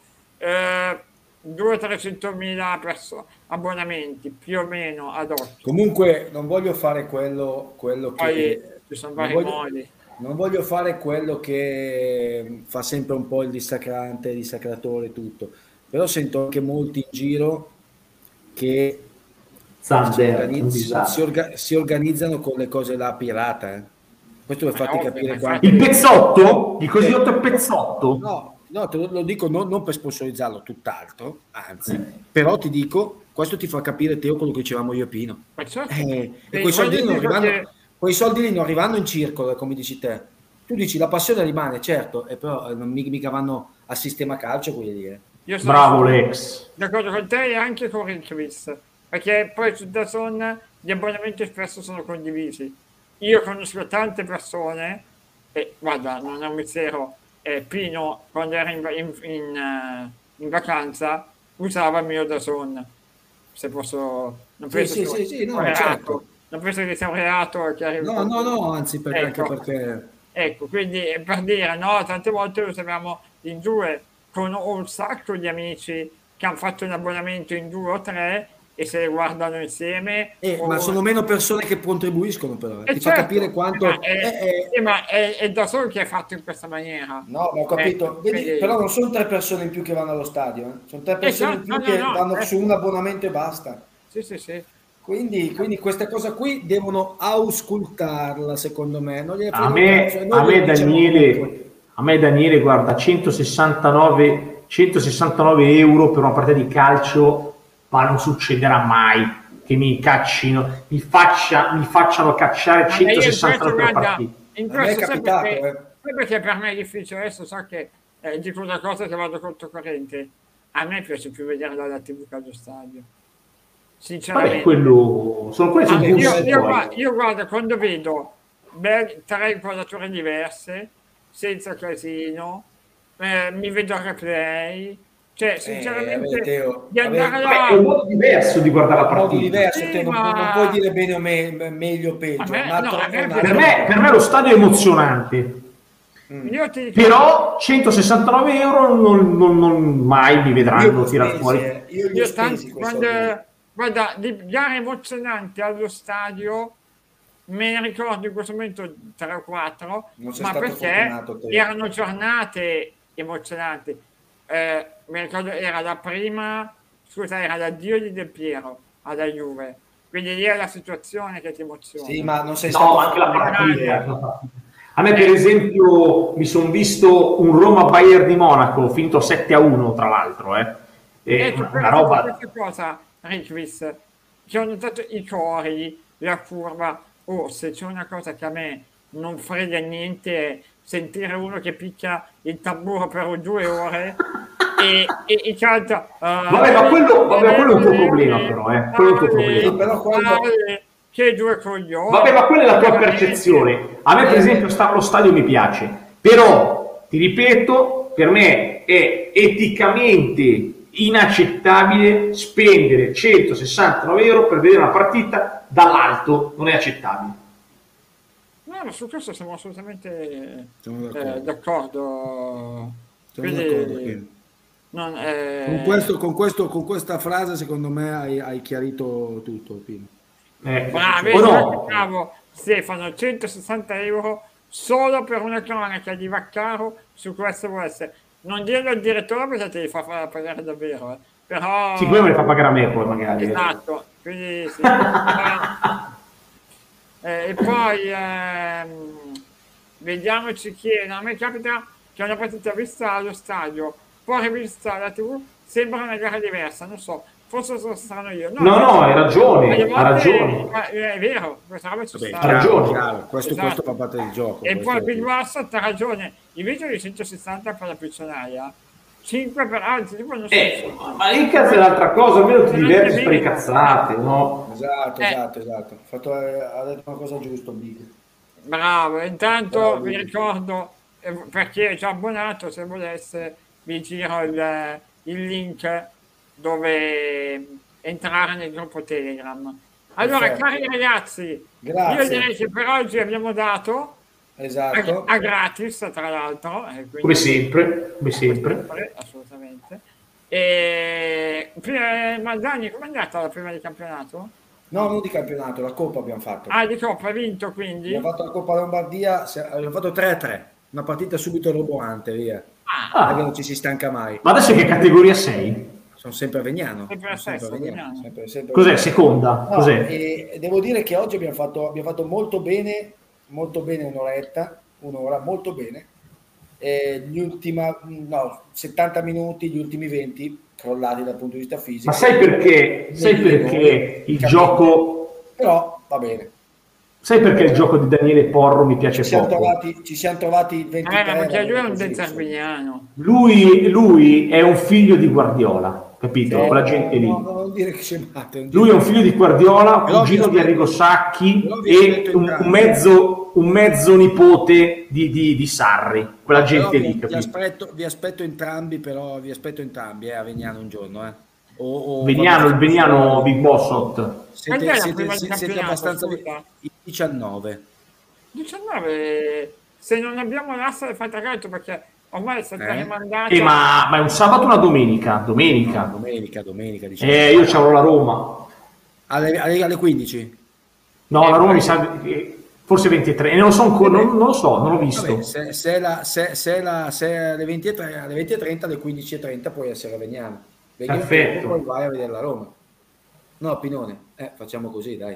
200.000-300.000 abbonamenti, più o meno ad occhio. Comunque non voglio fare quello Poi che ci sono non vari voglio, modi. non voglio fare quello che fa sempre un po' il dissacrante, il dissacratore e tutto. Però sento anche molti in giro che Zander, un disastro. si organizzano con le cose là pirata. Questo per farti ovvio, capire ma quanto... Il pezzotto? Il cosiddetto pezzotto? No, te lo dico non per sponsorizzarlo, tutt'altro, anzi, però ti dico, questo ti fa capire, Teo, quello che dicevamo io e Pino. Ma certo. E E quei soldi, lì voglio non dire arrivano, che- quei soldi lì non arrivano in circolo, come dici te. Tu dici la passione rimane, certo, e però non mica vanno al sistema calcio, voglio dire. Io sono Bravo Lex. d'accordo con te e anche con il quiz, perché poi su DAZN gli abbonamenti spesso sono condivisi. Io conosco tante persone, e guarda, non è un mistero, Pino quando era in vacanza usava il mio DAZN, se posso... Non penso Sì, sia sì, sì, no, un reato, certo. non penso che sia un reato che arrivi No, anzi, anche Ecco. perché... Ecco, quindi per dire, no, tante volte lo sappiamo in due, con un sacco di amici che hanno fatto un abbonamento in 2 o 3 e se le guardano insieme. Ma sono meno persone che contribuiscono, però. Ti certo, fa capire quanto... ma è da solo che è fatto in questa maniera. No, ma ho capito. Vedi, però non sono 3 persone in più che vanno allo stadio. Sono 3 persone in più che vanno su un abbonamento e basta. Sì. Quindi questa cosa qui devono auscultarla, secondo me. Non a me Daniele, guarda, 169 euro per una partita di calcio, ma non succederà mai che mi caccino, mi facciano cacciare 169 per partita. In questo è capitato, perché per me è difficile. Adesso so che dico una cosa che vado controcorrente. A me piace più vederla alla TV che allo stadio. Sinceramente. Vabbè, io guardo, quando vedo 3 inquadrature diverse, senza casino, mi vedo il replay, cioè sinceramente Teo, di andare là... È un modo diverso di guardare la partita. Un modo diverso, Teo, non puoi dire bene o meglio o peggio. Per me lo stadio è emozionante. Però 169 euro non mai mi vedranno tirare fuori. Guarda, di gare emozionanti allo stadio me ne ricordo in questo momento 3 o 4, ma perché erano giornate emozionanti. Mi ricordo era era l'addio di Del Piero alla Juve, quindi lì è la situazione che ti emoziona. Sì, ma non sei stato anche la partita. A me per esempio mi sono visto un Roma-Bayern di Monaco finito 7-1 tra l'altro, una roba... Questa cosa, Rickvis, che ho notato i cori, la curva. Se c'è una cosa che a me non frega niente è sentire uno che picchia il tamburo per 2 ore e canta. Ma quello è un tuo problema, però, quello è un tuo problema. Però quando... Che 2 coglioni. Vabbè, ma quella è la tua percezione. A me, per esempio, stare allo stadio mi piace, però ti ripeto, per me è eticamente inaccettabile spendere 169 euro per vedere una partita dall'alto, non è accettabile. No, ma su questo siamo assolutamente d'accordo. Quindi. Con questa frase secondo me hai chiarito tutto, Pino. Bravo Stefano, 160 euro solo per una cronaca di Vaccaro su questo può essere. Non dirlo al direttore perché te li fa pagare davvero, però... Sì, poi me li fa pagare a me poi magari. Esatto, quindi sì. E poi vediamoci chi è. No, a me capita che una partita vista allo stadio, poi rivista alla TV, sembra una gara diversa, non so. Forse sono strano io. No, hai ragione. È vero, questa roba ci sta. Ha ragione. Questo fa parte del gioco. E poi Big Bass ha ragione. Invece di 160 per la piccionaria, 5 per altri, tipo non so. Ma lì cazzo è un'altra cosa, almeno ti diverti per le cazzate, no? Esatto. Ha detto una cosa giusta, Big. Bravo, intanto vi ricordo, per chi è già abbonato, se volesse, vi giro il link dove entrare nel gruppo Telegram. Allora, cari ragazzi, io direi che per oggi abbiamo dato a gratis, tra l'altro, come sempre, assolutamente. Ma Dani, com'è andata la prima di campionato? No, non di campionato, la Coppa abbiamo fatto. Di Coppa, hai vinto quindi? Abbiamo fatto la Coppa Lombardia, abbiamo fatto 3-3, una partita subito roboante, via. Perché non ci si stanca mai. Ma adesso che categoria sei? Sono sempre a Vegnano. Sempre. Cos'è? Seconda? No, Cos'è? E devo dire che oggi abbiamo fatto molto bene un'ora, molto bene. Gli ultimi 70 minuti, gli ultimi 20 crollati dal punto di vista fisico. Ma sai perché? Il gioco... Però va bene. Sai perché il gioco di Daniele Porro mi piace poco? Ci siamo trovati 23. Perché lui è un determiniano. Lui è un figlio di Guardiola, capito? Quella gente lì. Non dire che scemate. Lui è un figlio di Guardiola, cugino di Arrigo Sacchi e un mezzo nipote di Sarri. Quella gente lì, capito? Vi aspetto entrambi a Vegnano un giorno, il Vegnano Big Bossot. Siete abbastanza 19, se non abbiamo l'asta del fantacalcio perché ormai è stata rimandata. Ma è un sabato o una domenica? Domenica. No, domenica diciamo. Io c'avevo la Roma. Alle 15? No, la Roma mi sa forse 23, e non lo so ancora, non lo so, non l'ho visto. Vabbè, se è alle 20:30, alle 20:30, alle 15:30 puoi essere a Vegnano. Perfetto. Poi vai a vedere la Roma. No, Pinone, facciamo così, dai.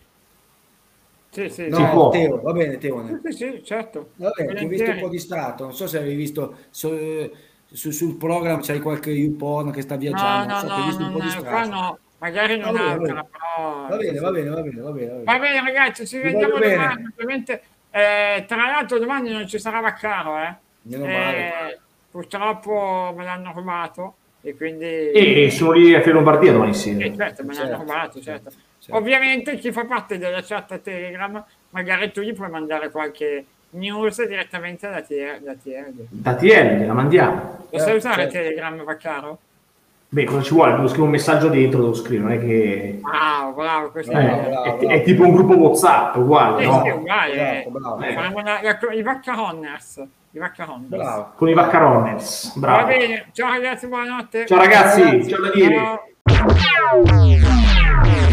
Sì. No, Teo, va bene, Teo. Sì, certo. Va bene, ti ho visto un po' distratto, non so se avevi visto sul programma c'hai qualche YouPorn che sta viaggiando, ti ho visto un po' distratto. No, magari non altra, però... Va bene. Va bene ragazzi, ci vediamo domani, ovviamente. Tra l'altro domani non ci sarà Vaccaro, Meno male. Purtroppo me l'hanno rubato e quindi... E sono lì a Fiera Lombardia domani sera. Certo, me l'hanno rubato, certo. Ovviamente chi fa parte della chat Telegram, magari tu gli puoi mandare qualche news direttamente da TR. Da TR, la mandiamo. Lo sai usare Telegram, Vaccaro? Beh, cosa ci vuole? Devo scrivere un messaggio dentro, devo scrivere, non è che... Bravo, questo è tipo un gruppo WhatsApp, uguale, no? Sì, uguale. Bravo. I Vaccaronners. Bravo. Con i Vaccaronners, bravo. Va bene, ciao ragazzi, buonanotte. Ciao ragazzi, ciao da dire. Ciao.